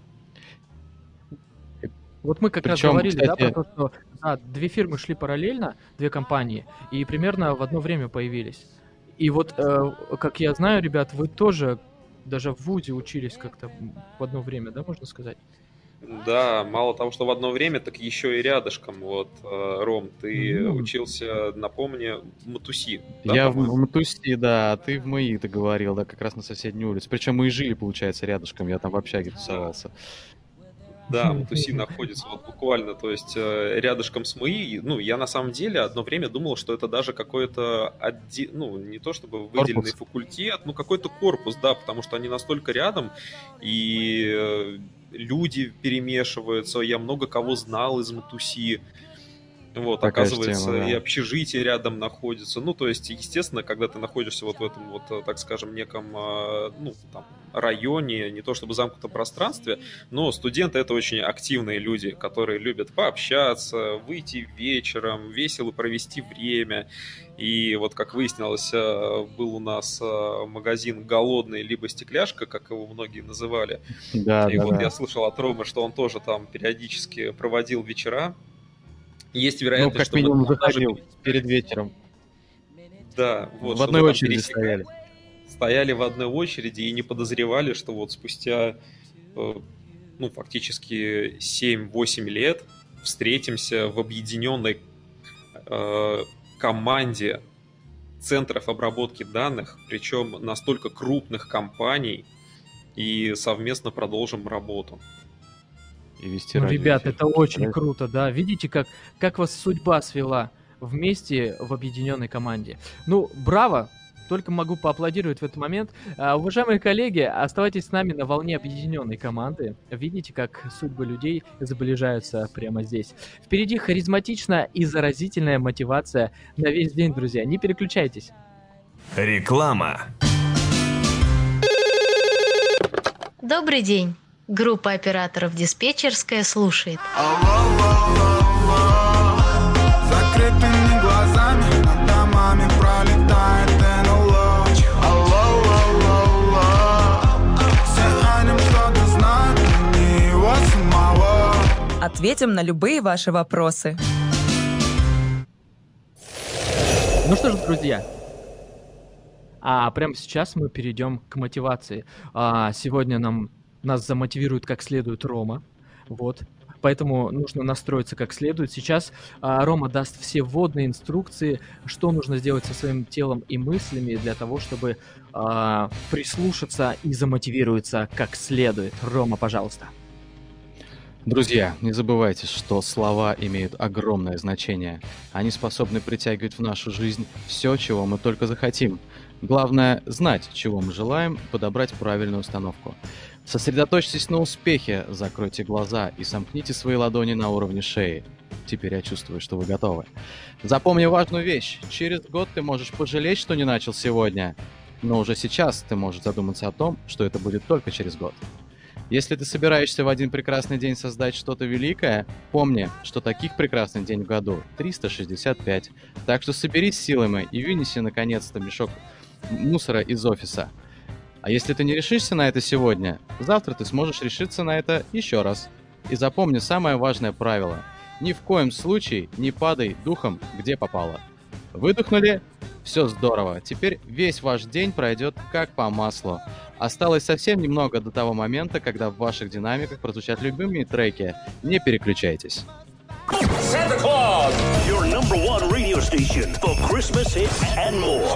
Вот мы как раз Причем, говорили, да, кстати, про то, что две фирмы шли параллельно, две компании, и примерно в одно время появились. И вот, как я знаю, ребят, вы тоже даже в ВУЗе учились как-то в одно время, да, можно сказать? Да, мало того, что в одно время, так еще и рядышком. Вот, Ром, ты учился, напомни, в Матуси. Да, я в по-моему? Матуси, да, а ты в МАИ, ты говорил, да, как раз на соседней улице. Причем мы и жили, получается, рядышком, я там в общаге тусовался. Да, Матуси находится вот буквально, то есть рядышком с МАИ. Ну, я на самом деле одно время думал, что это даже какой-то, ну, не то чтобы выделенный факультет, ну, какой-то корпус, да, потому что они настолько рядом, и люди перемешиваются. Я много кого знал из Матуси. Вот, Такая оказывается, тема, да. и общежитие рядом находится. Ну, то есть, естественно, когда ты находишься вот в этом вот, так скажем, неком, ну, там, районе, не то чтобы замкнутом пространстве, но студенты — это очень активные люди, которые любят пообщаться, выйти вечером, весело провести время. И вот, как выяснилось, был у нас магазин «Голодный» либо «Стекляшка», как его многие называли. Да, И да, вот да. я слышал от Ромы, что он тоже там периодически проводил вечера. Есть Ну, вероятность, как что мы минимум, там даже... заходил перед вечером. Да, вот, В что одной мы там очереди стояли. стояли в одной очереди и не подозревали, что вот спустя, ну, фактически 7-8 лет встретимся в объединенной команде центров обработки данных, причем настолько крупных компаний, и совместно продолжим работу. И вести Ну, радио. ребят, это очень круто, да. Видите, как вас судьба свела вместе в объединенной команде. Ну, браво! Только могу поаплодировать в этот момент. Уважаемые коллеги, оставайтесь с нами на волне объединенной команды. Видите, как судьбы людей сближаются прямо здесь. Впереди харизматичная и заразительная мотивация на весь день, друзья. Не переключайтесь. Реклама. Добрый день. Группа операторов «Диспетчерская» слушает. Закрытыми глазами над домами пролетает НЛО. Все о нем что-то знают, не его самого. Ответим на любые ваши вопросы. Ну что ж, друзья, прямо сейчас мы перейдем к мотивации. Сегодня нас замотивирует как следует Рома, вот, поэтому нужно настроиться как следует. Сейчас Рома даст все вводные инструкции, что нужно сделать со своим телом и мыслями для того, чтобы прислушаться и замотивироваться как следует. Рома, пожалуйста. Друзья, не забывайте, что слова имеют огромное значение. Они способны притягивать в нашу жизнь все, чего мы только захотим. Главное — знать, чего мы желаем, подобрать правильную установку. Сосредоточьтесь на успехе, закройте глаза и сомкните свои ладони на уровне шеи. Теперь я чувствую, что вы готовы. Запомни важную вещь. Через год ты можешь пожалеть, что не начал сегодня. Но уже сейчас ты можешь задуматься о том, что это будет только через год. Если ты собираешься в один прекрасный день создать что-то великое, помни, что таких прекрасных дней в году 365. Так что соберись силами и вынеси наконец-то мешок мусора из офиса. А если ты не решишься на это сегодня, завтра ты сможешь решиться на это еще раз. И запомни самое важное правило. Ни в коем случае не падай духом, где попало. Выдохнули? Все здорово. Теперь весь ваш день пройдет как по маслу. Осталось совсем немного до того момента, когда в ваших динамиках прозвучат любимые треки. Не переключайтесь. Santa Claus, your number one radio station for Christmas hits and more.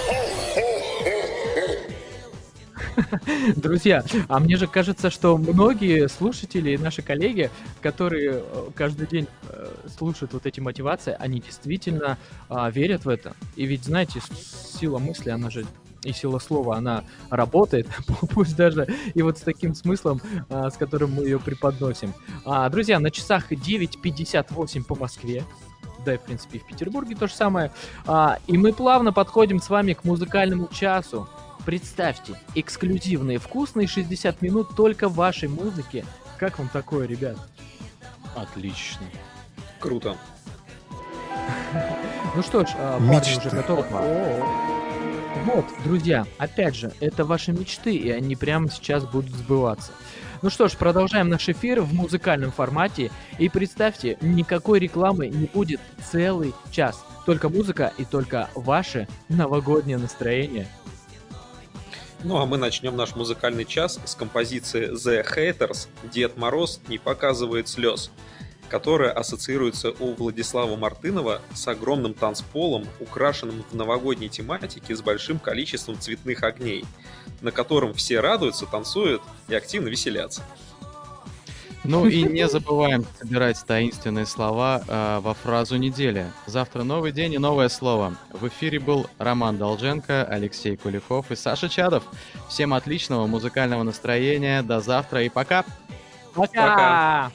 Друзья, мне же кажется, что многие слушатели и наши коллеги, которые каждый день слушают вот эти мотивации, они действительно верят в это. И ведь, знаете, сила мысли, она же и сила слова, она работает, пусть даже и вот с таким смыслом, с которым мы ее преподносим. Друзья, на часах 9:58 по Москве. Да, и, в принципе, и в Петербурге то же самое. И мы плавно подходим с вами к музыкальному часу. Представьте, эксклюзивные, вкусные 60 минут только вашей музыки. Как вам такое, ребят? Отлично. Круто. Ну что ж, парни уже готовы. Вот, друзья, опять же, это ваши мечты, и они прямо сейчас будут сбываться. Ну что ж, продолжаем наш эфир в музыкальном формате. И представьте, никакой рекламы не будет целый час. Только музыка и только ваше новогоднее настроение. Ну а мы начнем наш музыкальный час с композиции The Haters «Дед Мороз не показывает слез», которая ассоциируется у Владислава Мартынова с огромным танцполом, украшенным в новогодней тематике с большим количеством цветных огней, на котором все радуются, танцуют и активно веселятся. Ну и не забываем собирать таинственные слова во фразу недели. Завтра новый день и новое слово. В эфире был Роман Долженко, Алексей Куликов и Саша Чадов. Всем отличного музыкального настроения. До завтра и пока! Пока!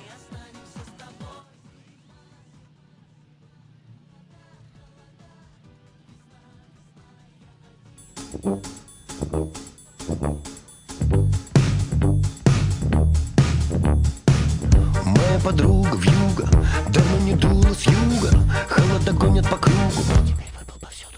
Моя подруга вьюга давно не дула с юга, холода гонят по кругу. Теперь выпал повсюду.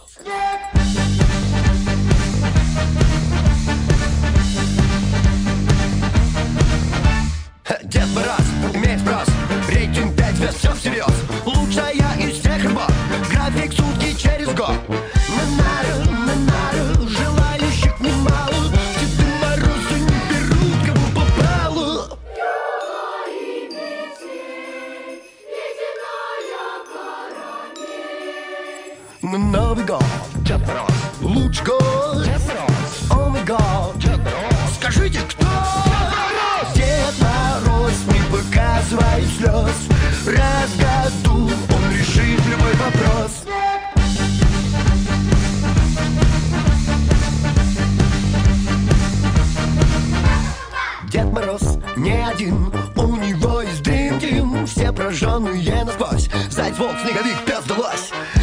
Дед Мороз имеет спрос, рейтинг 5 звезд, все всерьез. Лучшая из всех работ, график сутки через год. На нару, желающих немало. Деды Морозы не берут, кому попало. На Новый год Дед Мороз, лучший год. Дед Мороз, о май гад, Дед Мороз, скажите, кто? Дед Мороз не показывает слез. Раз в году он решит любой вопрос. Дед Мороз не один, у него есть Dream Team. Все прожженные насквозь, заяц, волк, снеговик, пес, далось.